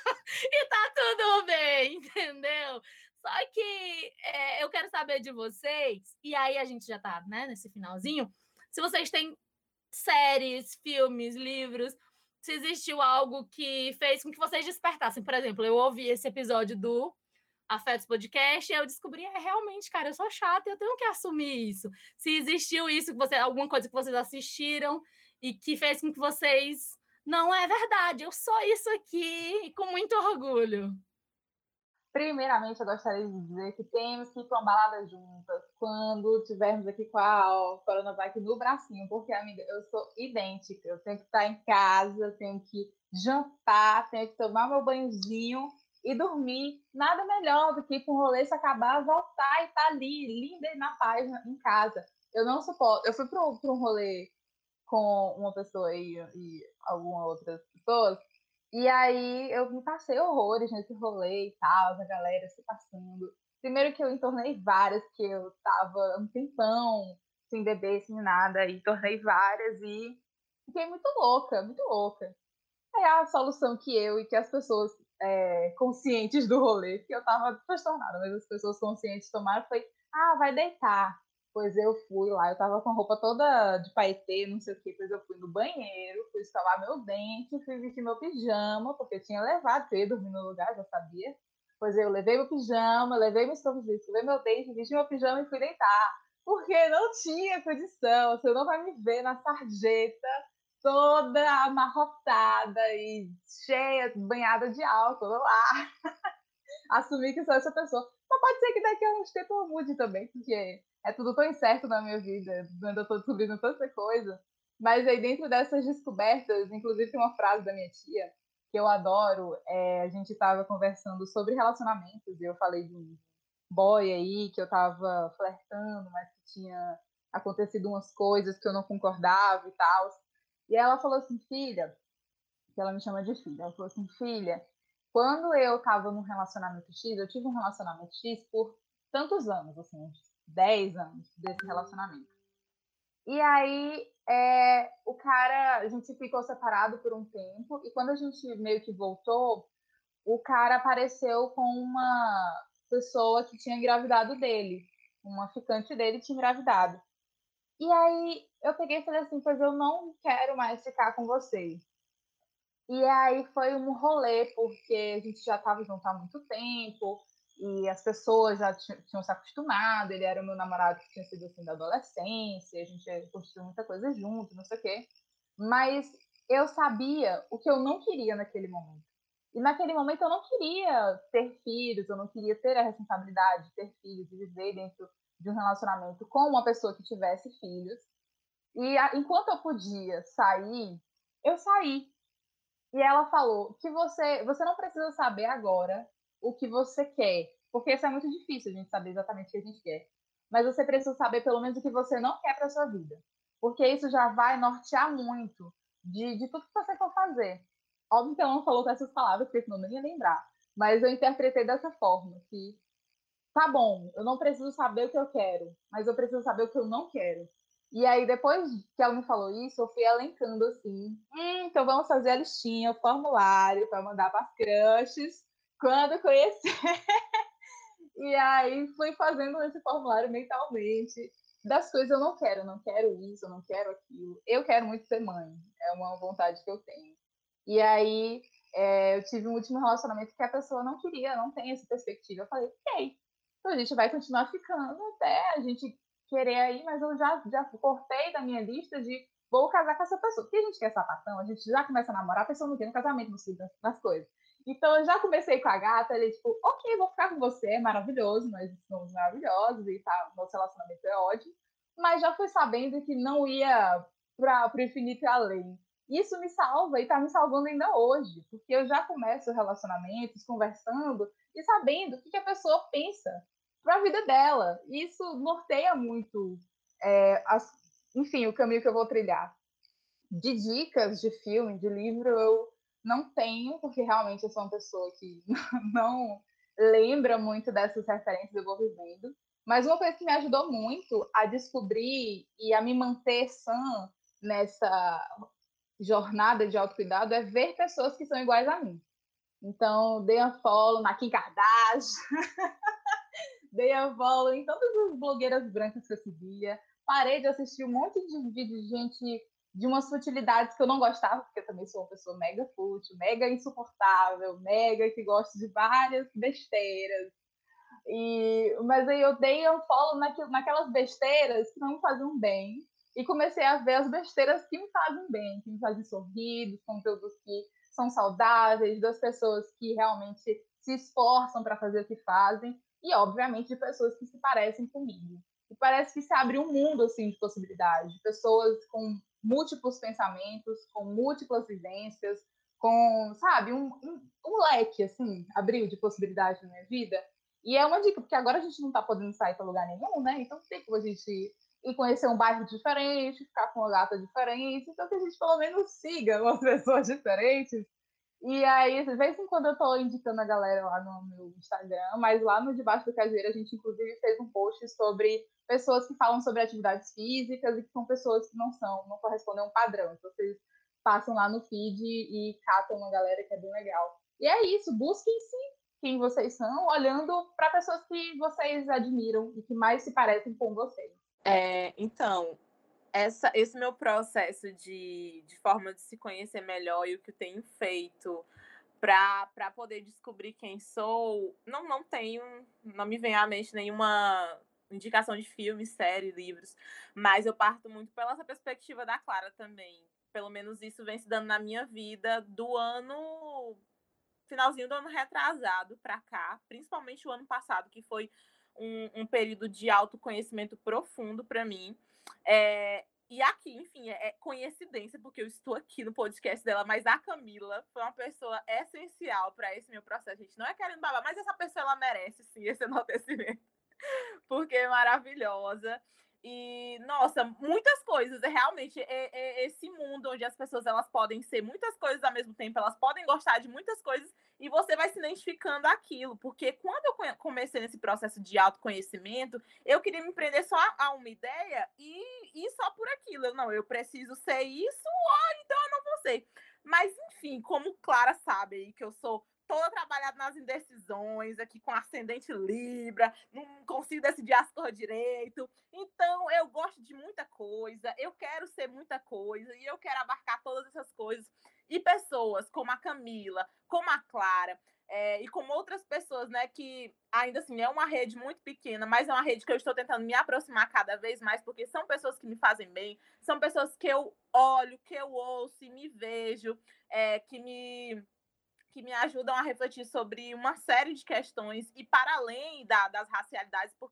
E tá tudo bem, entendeu? Só que é, eu quero saber de vocês, e aí a gente já tá, né, nesse finalzinho, se vocês têm séries, filmes, livros, se existiu algo que fez com que vocês despertassem. Por exemplo, eu ouvi esse episódio do Afetos Podcast, e eu descobri, é, realmente, cara, eu sou chata e eu tenho que assumir isso. Se existiu isso, que você, alguma coisa que vocês assistiram e que fez com que vocês... Não, é verdade, eu sou isso aqui, com muito orgulho. Primeiramente, eu gostaria de dizer que temos que ir para uma balada juntas quando tivermos aqui com a Coronavac no bracinho, porque, amiga, eu sou idêntica. Eu tenho que estar em casa, tenho que jantar, tenho que tomar meu banhozinho e dormir. Nada melhor do que ir para um rolê, se acabar, voltar e estar ali, linda e na paz, em casa. Eu não suporto. Eu fui para um rolê com uma pessoa e, e algumas outras pessoas, e aí eu me passei horrores nesse rolê e tal, a galera se passando. Primeiro que eu entornei várias, que eu tava um tempão sem beber, sem nada, e tornei várias e fiquei muito louca, muito louca. Aí a solução que eu e que as pessoas é, conscientes do rolê, que eu tava transtornada, mas as pessoas conscientes tomaram, foi, ah, vai deitar. Pois eu fui lá, eu tava com a roupa toda de paetê, não sei o quê, pois eu fui no banheiro, fui escovar meu dente, fui vestir meu pijama, porque eu tinha levado, porque eu ia dormir no lugar, já sabia. Pois eu levei meu pijama, levei meu escovinho, escovei meu dente, vesti meu pijama e fui deitar. Porque não tinha condição, você não vai me ver na sarjeta, toda amarrotada e cheia, banhada de álcool, lá. Assumir que sou essa pessoa. Mas pode ser que daqui a uns tempos eu mude também, porque é tudo tão incerto na minha vida, ainda estou descobrindo tanta coisa. Mas aí dentro dessas descobertas, inclusive tem uma frase da minha tia, que eu adoro, é, a gente estava conversando sobre relacionamentos, e eu falei de um boy aí, que eu estava flertando, mas que tinha acontecido umas coisas que eu não concordava e tal. E ela falou assim, filha, que ela me chama de filha, ela falou assim, filha, quando eu tava num relacionamento X, eu tive um relacionamento X por tantos anos, assim, uns dez anos desse relacionamento. E aí, é, o cara, a gente ficou separado por um tempo, e quando a gente meio que voltou, o cara apareceu com uma pessoa que tinha engravidado dele, uma ficante dele tinha engravidado. E aí, eu peguei e falei assim, pois eu não quero mais ficar com você. E aí foi um rolê, porque a gente já estava junto há muito tempo, e as pessoas já tinham se acostumado, ele era o meu namorado que tinha sido assim da adolescência, a gente construiu muita coisa junto, não sei o quê. Mas eu sabia o que eu não queria naquele momento. E naquele momento eu não queria ter filhos, eu não queria ter a responsabilidade de ter filhos, de viver dentro de um relacionamento com uma pessoa que tivesse filhos. E a, enquanto eu podia sair, eu saí. E ela falou que você, você não precisa saber agora o que você quer, porque isso é muito difícil a gente saber exatamente o que a gente quer. Mas você precisa saber pelo menos o que você não quer para sua vida, porque isso já vai nortear muito de, de tudo que você for fazer. Óbvio que ela não falou com essas palavras, porque senão eu não ia lembrar. Mas eu interpretei dessa forma, que tá bom, eu não preciso saber o que eu quero, mas eu preciso saber o que eu não quero. E aí, depois que ela me falou isso, eu fui elencando assim, hum, então vamos fazer a listinha, o formulário para mandar para as crushes quando conhecer. E aí fui fazendo esse formulário mentalmente das coisas eu não quero, eu não quero isso, eu não quero aquilo. Eu quero muito ser mãe, é uma vontade que eu tenho. E aí é, eu tive um último relacionamento que a pessoa não queria, não tem essa perspectiva. Eu falei, ok, então a gente vai continuar ficando até a gente querer aí, mas eu já, já cortei da minha lista de vou casar com essa pessoa. Porque a gente quer sapatão, a gente já começa a namorar, a pessoa não tem um casamento no das, das coisas. Então eu já comecei com a gata, ele tipo, ok, vou ficar com você, é maravilhoso, nós somos maravilhosos e tá, nosso relacionamento é ótimo, mas já fui sabendo que não ia para o infinito e além. Isso me salva e tá me salvando ainda hoje, porque eu já começo relacionamentos conversando e sabendo o que, que a pessoa pensa para a vida dela. Isso norteia muito, é, as, enfim, o caminho que eu vou trilhar. De dicas de filme, de livro, eu não tenho, porque realmente eu sou uma pessoa que não lembra muito dessas referências, eu vou vivendo. Mas uma coisa que me ajudou muito a descobrir e a me manter sã nessa jornada de autocuidado é ver pessoas que são iguais a mim. Então, dei um follow na Kim Kardashian, dei um follow em todas as blogueiras brancas que eu seguia, parei de assistir um monte de vídeos de gente de umas futilidades que eu não gostava, porque eu também sou uma pessoa mega fútil, mega insuportável, mega que gosta de várias besteiras. E, mas aí eu dei um follow naquilo, naquelas besteiras que não me faziam bem e comecei a ver as besteiras que me fazem bem, que me fazem sorrir, dos conteúdos que são saudáveis, das pessoas que realmente se esforçam para fazer o que fazem e, obviamente, de pessoas que se parecem comigo. E parece que se abre um mundo assim de possibilidades, de pessoas com múltiplos pensamentos, com múltiplas vivências, com, sabe, um, um, um leque, assim, abriu de possibilidades na minha vida. E é uma dica, porque agora a gente não está podendo sair para lugar nenhum, né? Então tem como a gente ir conhecer um bairro diferente, ficar com uma gata diferente, então que a gente pelo menos siga umas pessoas diferentes. E aí, de vez em quando eu estou indicando a galera lá no meu Instagram, mas lá no Debaixo do Cajueiro a gente inclusive fez um post sobre pessoas que falam sobre atividades físicas e que são pessoas que não são, não correspondem a um padrão. Então vocês passam lá no feed e catam uma galera que é bem legal. E é isso, busquem-se quem vocês são, olhando para pessoas que vocês admiram e que mais se parecem com vocês. É, então, essa, esse meu processo de, de forma de se conhecer melhor e o que eu tenho feito para poder descobrir quem sou, não, não tenho, não me vem à mente nenhuma indicação de filme, série, livros, mas eu parto muito pela perspectiva da Clara também. Pelo menos isso vem se dando na minha vida do ano... finalzinho do ano retrasado para cá, principalmente o ano passado, que foi um, um período de autoconhecimento profundo para mim. É, e aqui, enfim, é, é coincidência, porque eu estou aqui no podcast dela, mas a Camila foi uma pessoa essencial para esse meu processo. A gente não é querendo babar, mas essa pessoa, ela merece, sim, esse enaltecimento, porque é maravilhosa. E, nossa, muitas coisas. É realmente é, é esse mundo onde as pessoas elas podem ser muitas coisas ao mesmo tempo, elas podem gostar de muitas coisas e você vai se identificando aquilo. Porque quando eu comecei nesse processo de autoconhecimento, eu queria me prender só a uma ideia e, e só por aquilo. Eu, não, eu preciso ser isso, ou então eu não vou ser. Mas, enfim, como Clara sabe aí que eu sou toda trabalhada nas indecisões, aqui com ascendente Libra, não consigo decidir as coisas direito. Então, eu gosto de muita coisa, eu quero ser muita coisa, e eu quero abarcar todas essas coisas. E pessoas como a Camila, como a Clara, é, e como outras pessoas, né, que ainda assim é uma rede muito pequena, mas é uma rede que eu estou tentando me aproximar cada vez mais, porque são pessoas que me fazem bem, são pessoas que eu olho, que eu ouço e me vejo, é, que me... que me ajudam a refletir sobre uma série de questões e para além da, das racialidades, porque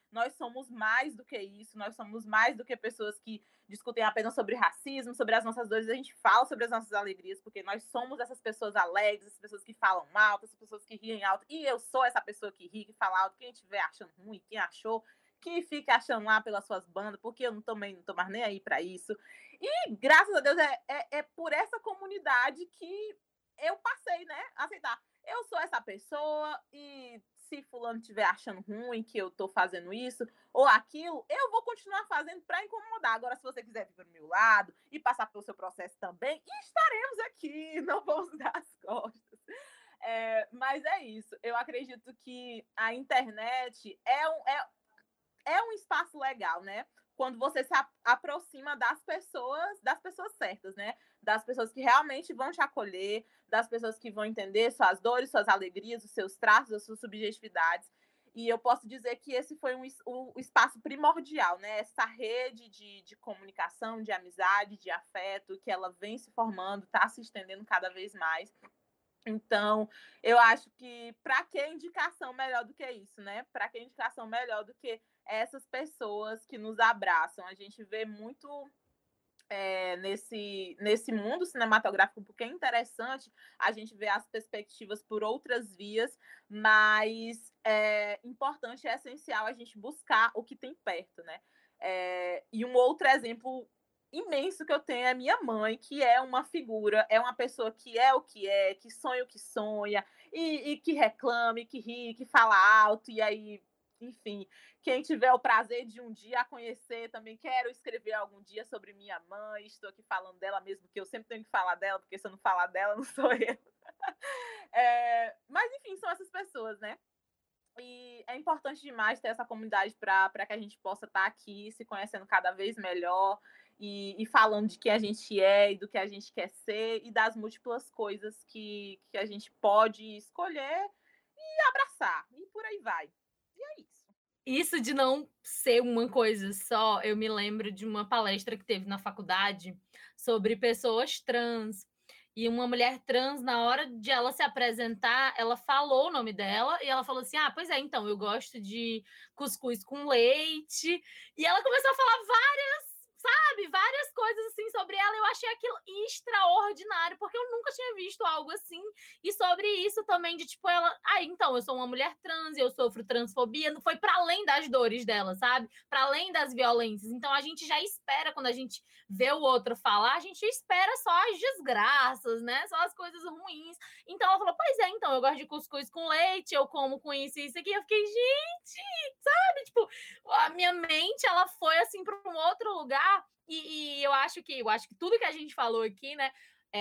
nós somos mais do que isso, nós somos mais do que pessoas que discutem apenas sobre racismo, sobre as nossas dores, a gente fala sobre as nossas alegrias, porque nós somos essas pessoas alegres, essas pessoas que falam alto, essas pessoas que riem alto, e eu sou essa pessoa que ri, que fala alto, quem estiver achando ruim, quem achou, que fica achando lá pelas suas bandas, porque eu não também não tô mais nem aí para isso. E, graças a Deus, é, é, é por essa comunidade que eu passei, né, a aceitar. Eu sou essa pessoa e se fulano estiver achando ruim que eu tô fazendo isso ou aquilo, eu vou continuar fazendo para incomodar. Agora, se você quiser vir pro meu lado e passar pelo seu processo também, estaremos aqui, não vamos dar as costas. É, mas é isso. Eu acredito que a internet é um, é, é um espaço legal, né? Quando você se aproxima das pessoas, das pessoas certas, né? Das pessoas que realmente vão te acolher, das pessoas que vão entender suas dores, suas alegrias, os seus traços, as suas subjetividades. E eu posso dizer que esse foi um, um espaço primordial, né? Essa rede de, de comunicação, de amizade, de afeto, que ela vem se formando, está se estendendo cada vez mais. Então, eu acho que para que indicação melhor do que isso, né? Para que indicação melhor do que essas pessoas que nos abraçam? A gente vê muito é, nesse, nesse mundo cinematográfico, porque é interessante a gente ver as perspectivas por outras vias, mas é importante, é essencial a gente buscar o que tem perto, né? É, e um outro exemplo imenso que eu tenho é minha mãe, que é uma figura, é uma pessoa que é o que é, que sonha o que sonha, e, e que reclame, que ri, que fala alto, e aí, enfim, quem tiver o prazer de um dia a conhecer, também quero escrever algum dia sobre minha mãe, estou aqui falando dela mesmo, que eu sempre tenho que falar dela, porque se eu não falar dela, não sou eu. É, mas, enfim, são essas pessoas, né? E é importante demais ter essa comunidade para que a gente possa estar aqui se conhecendo cada vez melhor e, e falando de quem a gente é e do que a gente quer ser e das múltiplas coisas que, que a gente pode escolher e abraçar. E por aí vai. E é isso. Isso de não ser uma coisa só, eu me lembro de uma palestra que teve na faculdade sobre pessoas trans. E uma mulher trans, na hora de ela se apresentar, ela falou o nome dela e ela falou assim: ah, pois é, então, eu gosto de cuscuz com leite. E ela começou a falar várias, sabe, várias coisas assim sobre ela. Eu achei aquilo extraordinário, porque eu nunca tinha visto algo assim. E sobre isso também, de tipo, ela, ah, então, eu sou uma mulher trans, eu sofro transfobia. Não foi para além das dores dela, sabe? Para além das violências. Então a gente já espera, quando a gente vê o outro falar, a gente espera só as desgraças, né? Só as coisas ruins. Então ela falou, pois é, então, eu gosto de cuscuz com leite, eu como com isso e isso aqui. Eu fiquei, gente, sabe? Tipo, a minha mente, ela foi assim para um outro lugar. E, e eu acho que eu acho que tudo que a gente falou aqui, né,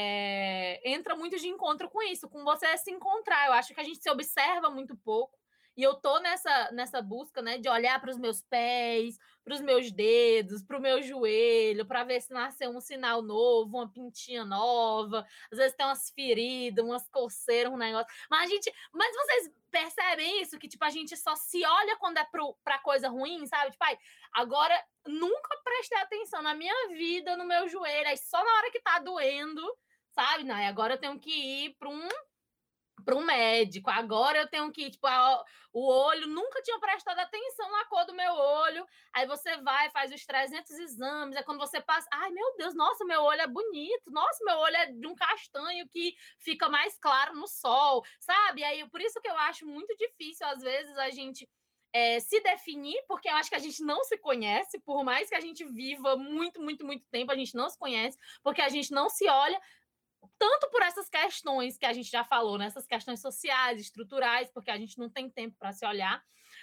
é, entra muito de encontro com isso, com você se encontrar. Eu acho que a gente se observa muito pouco. E eu tô nessa, nessa busca, né, de olhar para os meus pés, para os meus dedos, para o meu joelho, para ver se nasceu um sinal novo, uma pintinha nova. Às vezes tem umas feridas, umas coceiras, um negócio. Mas a gente, mas vocês percebem isso? Que tipo, a gente só se olha quando é para coisa ruim, sabe? Tipo, ai, agora nunca prestei atenção na minha vida, no meu joelho, aí só na hora que tá doendo, sabe? Não, agora eu tenho que ir para um para um médico, agora eu tenho que ir, tipo, a, o olho, nunca tinha prestado atenção na cor do meu olho, aí você vai, faz os trezentos exames, é quando você passa, ai meu Deus, nossa, meu olho é bonito, nossa, meu olho é de um castanho que fica mais claro no sol, sabe? Aí, por isso que eu acho muito difícil, às vezes, a gente É, se definir, porque eu acho que a gente não se conhece, por mais que a gente viva muito, muito, muito tempo, a gente não se conhece, porque a gente não se olha, tanto por essas questões que a gente já falou, né? Essas questões sociais, estruturais, porque a gente não tem tempo para se olhar,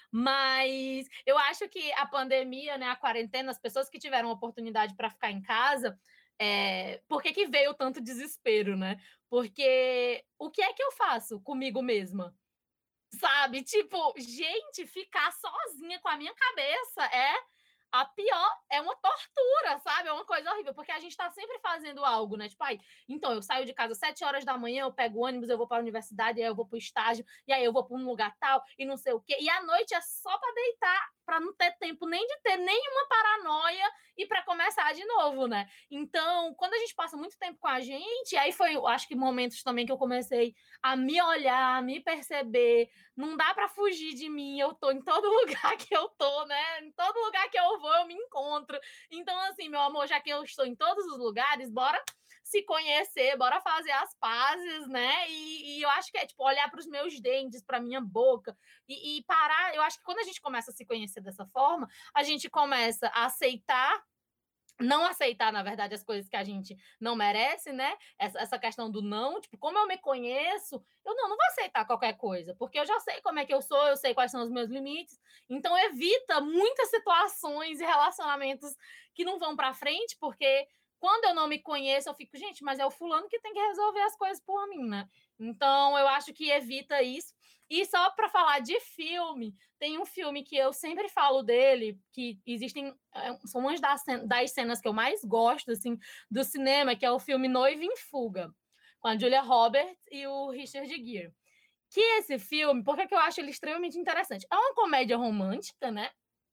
mas eu acho que a pandemia, né, a quarentena, as pessoas que tiveram oportunidade para ficar em casa, é, por que que veio tanto desespero, né? Porque o que é que eu faço comigo mesma? Sabe? Tipo, gente, ficar sozinha com a minha cabeça é a pior, é uma tortura, sabe? É uma coisa horrível, porque a gente tá sempre fazendo algo, né? Tipo, aí, então, eu saio de casa às sete horas da manhã, eu pego o ônibus, eu vou para a universidade, aí eu vou pro estágio, e aí eu vou para um lugar tal, e não sei o quê. E à noite é só para deitar para não ter tempo nem de ter nenhuma paranoia e para começar de novo, né? Então, quando a gente passa muito tempo com a gente, aí foi, eu acho que momentos também que eu comecei a me olhar, a me perceber, não dá para fugir de mim, eu tô em todo lugar que eu tô, né? Em todo lugar que eu vou, eu me encontro. Então, assim, meu amor, já que eu estou em todos os lugares, bora se conhecer, bora fazer as pazes, né? E, e eu acho que é, tipo, olhar para os meus dentes, para minha boca e, e parar. Eu acho que quando a gente começa a se conhecer dessa forma, a gente começa a aceitar, não aceitar, na verdade, as coisas que a gente não merece, né? Essa, essa questão do não, tipo, como eu me conheço, eu não, não vou aceitar qualquer coisa, porque eu já sei como é que eu sou, eu sei quais são os meus limites, então evita muitas situações e relacionamentos que não vão para frente, porque quando eu não me conheço, eu fico, gente, mas é o fulano que tem que resolver as coisas por mim, né? Então, eu acho que evita isso. E só para falar de filme, tem um filme que eu sempre falo dele, que existem, são umas das, das cenas que eu mais gosto, assim, do cinema, que é o filme Noiva em Fuga, com a Julia Roberts e o Richard Gere. Que esse filme, por que eu acho ele extremamente interessante? É uma comédia romântica, né?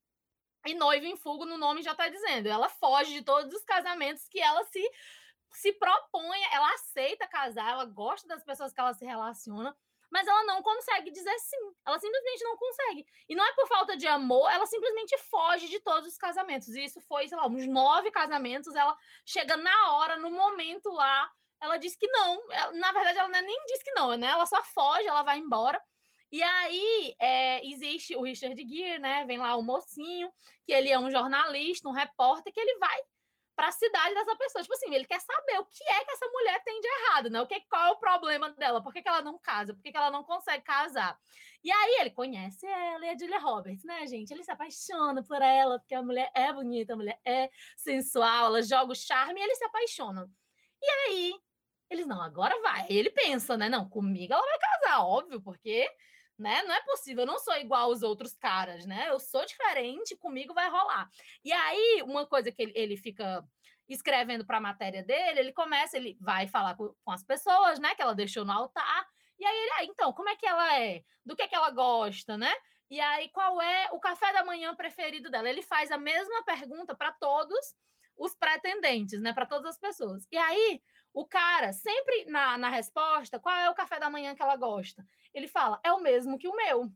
E Noiva em Fuga, no nome já está dizendo, ela foge de todos os casamentos que ela se, se propõe, ela aceita casar, ela gosta das pessoas que ela se relaciona, mas ela não consegue dizer sim, ela simplesmente não consegue. E não é por falta de amor, ela simplesmente foge de todos os casamentos. E isso foi, sei lá, uns nove casamentos, ela chega na hora, no momento lá, ela diz que não. Ela, na verdade, ela nem diz que não, né? Ela só foge, ela vai embora. E aí, é, existe o Richard Gere, né? Vem lá o mocinho, que ele é um jornalista, um repórter, que ele vai para a cidade dessa pessoa. Tipo assim, ele quer saber o que é que essa mulher tem de errado, né? O que, qual é o problema dela? Por que, que ela não casa? Por que, que ela não consegue casar? E aí ele conhece ela e a Julia Roberts, né, gente? Ele se apaixona por ela, porque a mulher é bonita, a mulher é sensual, ela joga o charme e ele se apaixona. E aí, eles, não, agora vai. E ele pensa, né? Não, comigo ela vai casar, óbvio, porque... Né? Não é possível, eu não sou igual aos outros caras, né? Eu sou diferente, comigo vai rolar. E aí, uma coisa que ele, ele fica escrevendo para a matéria dele, ele começa, ele vai falar com, com as pessoas, né? Que ela deixou no altar. E aí ele, ah, então, como é que ela é? Do que é que ela gosta, né? E aí, qual é o café da manhã preferido dela? Ele faz a mesma pergunta para todos os pretendentes, né? Para todas as pessoas. E aí, o cara, sempre na, na resposta, qual é o café da manhã que ela gosta? Ele fala, é o mesmo que o meu.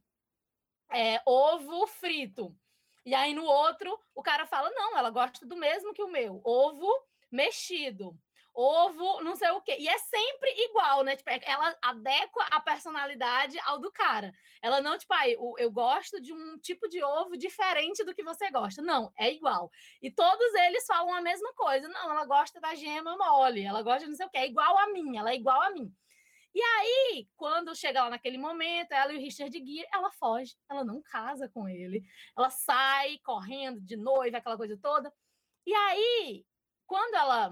É ovo frito. E aí, no outro, o cara fala, não, ela gosta do mesmo que o meu. Ovo mexido. Ovo não sei o quê. E é sempre igual, né? Tipo, ela adequa a personalidade ao do cara. Ela não, tipo, ah, eu, eu gosto de um tipo de ovo diferente do que você gosta. Não, é igual. E todos eles falam a mesma coisa. Não, ela gosta da gema mole. Ela gosta de não sei o quê. É igual a mim. Ela é igual a mim. E aí, quando chega lá naquele momento, ela e o Richard Gere, ela foge, ela não casa com ele, ela sai correndo de noiva, aquela coisa toda. E aí, quando ela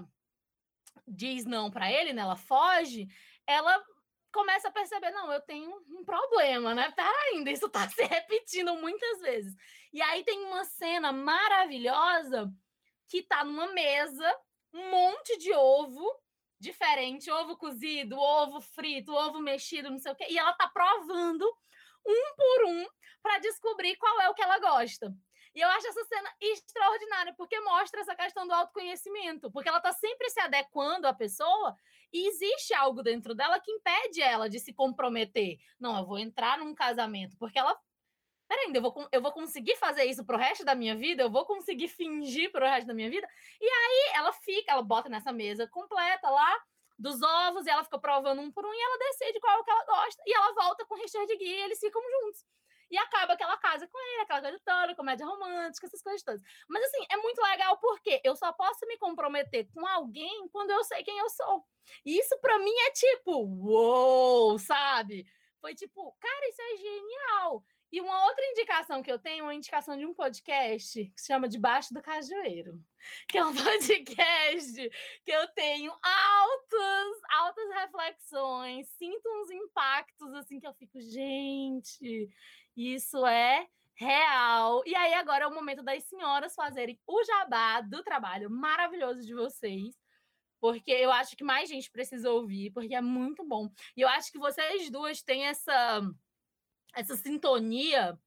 diz não para ele, né, ela foge, ela começa a perceber, não, eu tenho um problema, né? Tá ainda, isso tá se repetindo muitas vezes. E aí tem uma cena maravilhosa que tá numa mesa, um monte de ovo diferente, ovo cozido, ovo frito, ovo mexido, não sei o quê, e ela tá provando um por um para descobrir qual é o que ela gosta. E eu acho essa cena extraordinária, porque mostra essa questão do autoconhecimento, porque ela tá sempre se adequando à pessoa e existe algo dentro dela que impede ela de se comprometer. Não, eu vou entrar num casamento, porque ela peraí, eu vou, eu vou conseguir fazer isso pro resto da minha vida? Eu vou conseguir fingir pro resto da minha vida? E aí ela fica, ela bota nessa mesa completa lá, dos ovos, e ela fica provando um por um, e ela decide qual é o que ela gosta. E ela volta com o Richard Gere, e eles ficam juntos. E acaba que ela casa com ele, aquela coisa toda, comédia romântica, essas coisas todas. Mas assim, é muito legal porque eu só posso me comprometer com alguém quando eu sei quem eu sou. E isso pra mim é tipo, uou, sabe? Foi tipo, cara, isso é genial. E uma outra indicação que eu tenho, uma indicação de um podcast que se chama Debaixo do Cajueiro, que é um podcast que eu tenho altas, altas reflexões, sinto uns impactos assim que eu fico, gente, isso é real. E aí agora é o momento das senhoras fazerem o jabá do trabalho maravilhoso de vocês, porque eu acho que mais gente precisa ouvir, porque é muito bom. E eu acho que vocês duas têm essa... essa sintonia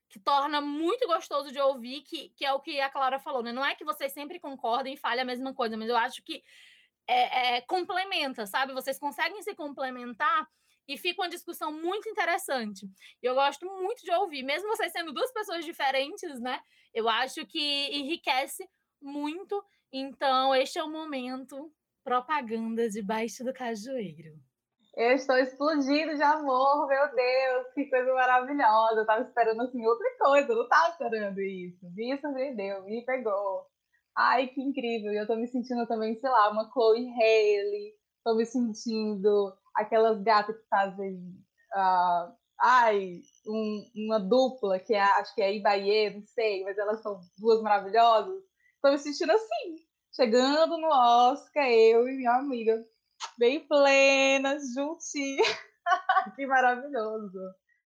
que torna muito gostoso de ouvir, que, que é o que a Clara falou, né? Não é que vocês sempre concordem e falem a mesma coisa, mas eu acho que é, é, complementa, sabe? Vocês conseguem se complementar e fica uma discussão muito interessante. E eu gosto muito de ouvir, mesmo vocês sendo duas pessoas diferentes, né? Eu acho que enriquece muito. Então, este é o momento propaganda debaixo do cajueiro. Eu estou explodindo de amor, meu Deus, que coisa maravilhosa. Eu tava esperando assim outra coisa, eu não tava esperando isso. Me surpreendeu, me pegou. Ai, que incrível. E eu tô me sentindo também, sei lá, uma Chloe Haley. Tô me sentindo aquelas gatas que fazem. Uh, ai, um, uma dupla, que é, acho que é Ibaie, não sei, mas elas são duas maravilhosas. Tô me sentindo assim, chegando no Oscar, eu e minha amiga bem plenas, juntinhas. Que maravilhoso.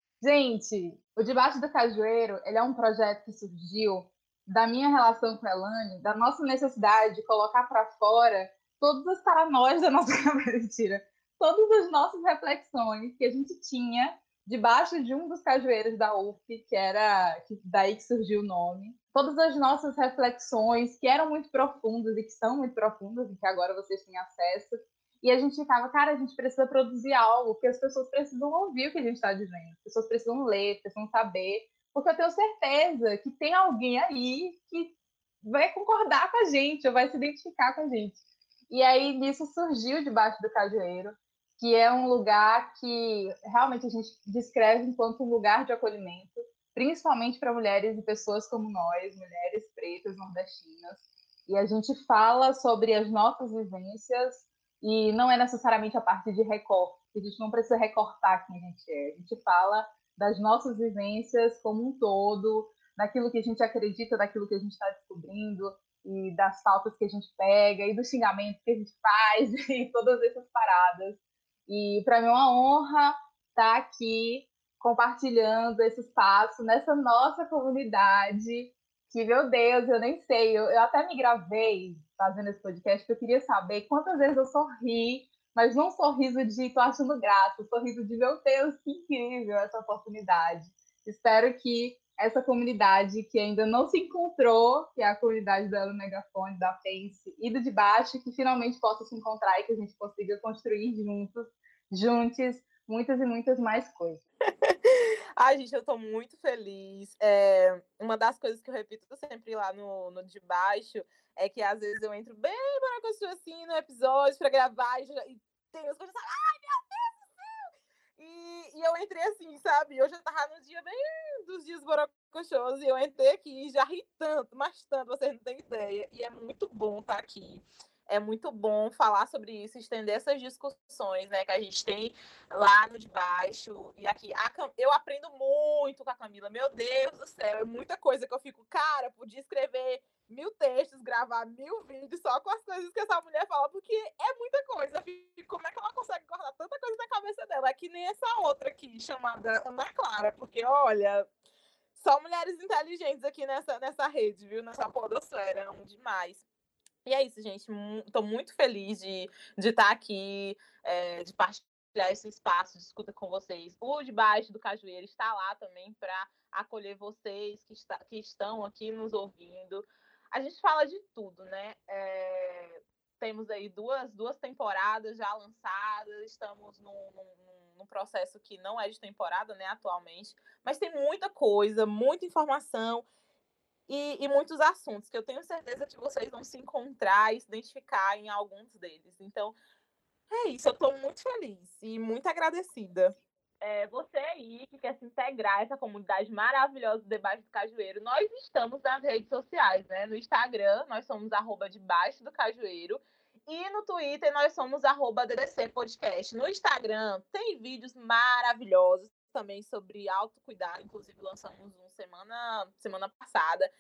Gente, o Debaixo do Cajueiro, ele é um projeto que surgiu da minha relação com a Elane, da nossa necessidade de colocar para fora todas as paranoias da nossa cabeça, mentira, todas as nossas reflexões que a gente tinha debaixo de um dos cajueiros da U F, que era que daí que surgiu o nome. Todas as nossas reflexões que eram muito profundas e que são muito profundas e que agora vocês têm acesso. E a gente ficava, cara, a gente precisa produzir algo, porque as pessoas precisam ouvir o que a gente está dizendo, as pessoas precisam ler, precisam saber, porque eu tenho certeza que tem alguém aí que vai concordar com a gente, ou vai se identificar com a gente. E aí, nisso surgiu Debaixo do Cajueiro, que é um lugar que realmente a gente descreve enquanto um lugar de acolhimento, principalmente para mulheres e pessoas como nós, mulheres pretas, nordestinas. E a gente fala sobre as nossas vivências, e não é necessariamente a parte de recorte, a gente não precisa recortar quem a gente é. A gente fala das nossas vivências como um todo, daquilo que a gente acredita, daquilo que a gente está descobrindo, e das faltas que a gente pega, e dos xingamentos que a gente faz, e todas essas paradas. E para mim é uma honra estar aqui compartilhando esse espaço nessa nossa comunidade, que, meu Deus, eu nem sei, eu, eu até me gravei fazendo esse podcast, porque eu queria saber quantas vezes eu sorri, mas não um sorriso de tô achando graça, um sorriso de, meu Deus, que incrível essa oportunidade. Espero que essa comunidade que ainda não se encontrou, que é a comunidade da Megafone, da Pense e do De Baixo, que finalmente possa se encontrar e que a gente consiga construir juntos, juntos, muitas e muitas mais coisas. Ai, gente, eu tô muito feliz. É, uma das coisas que eu repito sempre lá no, no De Baixo é que às vezes eu entro bem para assim no episódio pra gravar e, já, e tem as coisas, ai, meu Deus do céu! E, e eu entrei assim, sabe? Eu já tava no dia bem dos dias borocochosos e eu entrei aqui e já ri tanto, mas tanto, vocês não têm ideia. E é muito bom estar aqui. É muito bom falar sobre isso, estender essas discussões, né, que a gente tem lá no De Baixo. E aqui, a Cam... eu aprendo muito com a Camila. Meu Deus do céu, é muita coisa que eu fico, cara, podia escrever mil textos, gravar mil vídeos só com as coisas que essa mulher fala, porque é muita coisa. Eu fico, como é que ela consegue guardar tanta coisa na cabeça dela? É que nem essa outra aqui, chamada Ana Clara, porque, olha, só mulheres inteligentes aqui nessa, nessa rede, viu? Nessa podosfera, um demais. E é isso, gente. Estou muito feliz de de estar aqui, é, de partilhar esse espaço de escuta com vocês. O Debaixo do Cajueiro está lá também para acolher vocês que, está, que estão aqui nos ouvindo. A gente fala de tudo, né? É, temos aí duas, duas temporadas já lançadas, estamos num, num, num processo que não é de temporada, né, atualmente, mas tem muita coisa, muita informação. E, e muitos assuntos que eu tenho certeza que vocês vão se encontrar e se identificar em alguns deles. Então, é isso. Eu estou muito feliz e muito agradecida. É, você aí que quer se integrar a essa comunidade maravilhosa do Debaixo do Cajueiro, nós estamos nas redes sociais, né? No Instagram, nós somos arroba Debaixo do Cajueiro. E no Twitter, nós somos arroba D D C Podcast. No Instagram, tem vídeos maravilhosos também sobre autocuidado. Inclusive, lançamos um semana, semana passada.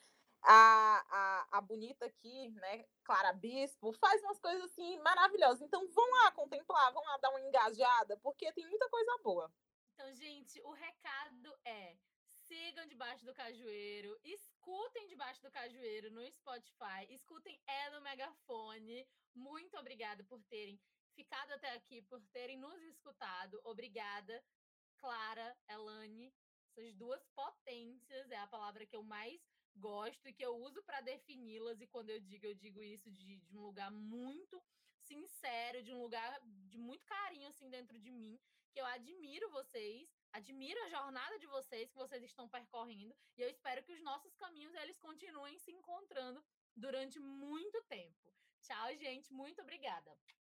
A, a, a bonita aqui, né, Clara Bispo, faz umas coisas assim maravilhosas. Então vão lá contemplar, vão lá dar uma engajada, porque tem muita coisa boa. Então, gente, o recado é: sigam Debaixo do Cajueiro, escutem Debaixo do Cajueiro no Spotify, escutem é no Megafone. Muito obrigada por terem ficado até aqui, por terem nos escutado. Obrigada, Clara, Elane, Essas duas potências é a palavra que eu mais gosto e que eu uso para defini-las, e quando eu digo, eu digo isso de, de um lugar muito sincero, de um lugar de muito carinho assim dentro de mim, que eu admiro vocês, admiro a jornada de vocês que vocês estão percorrendo, e eu espero que os nossos caminhos eles continuem se encontrando durante muito tempo. Tchau, gente, muito obrigada.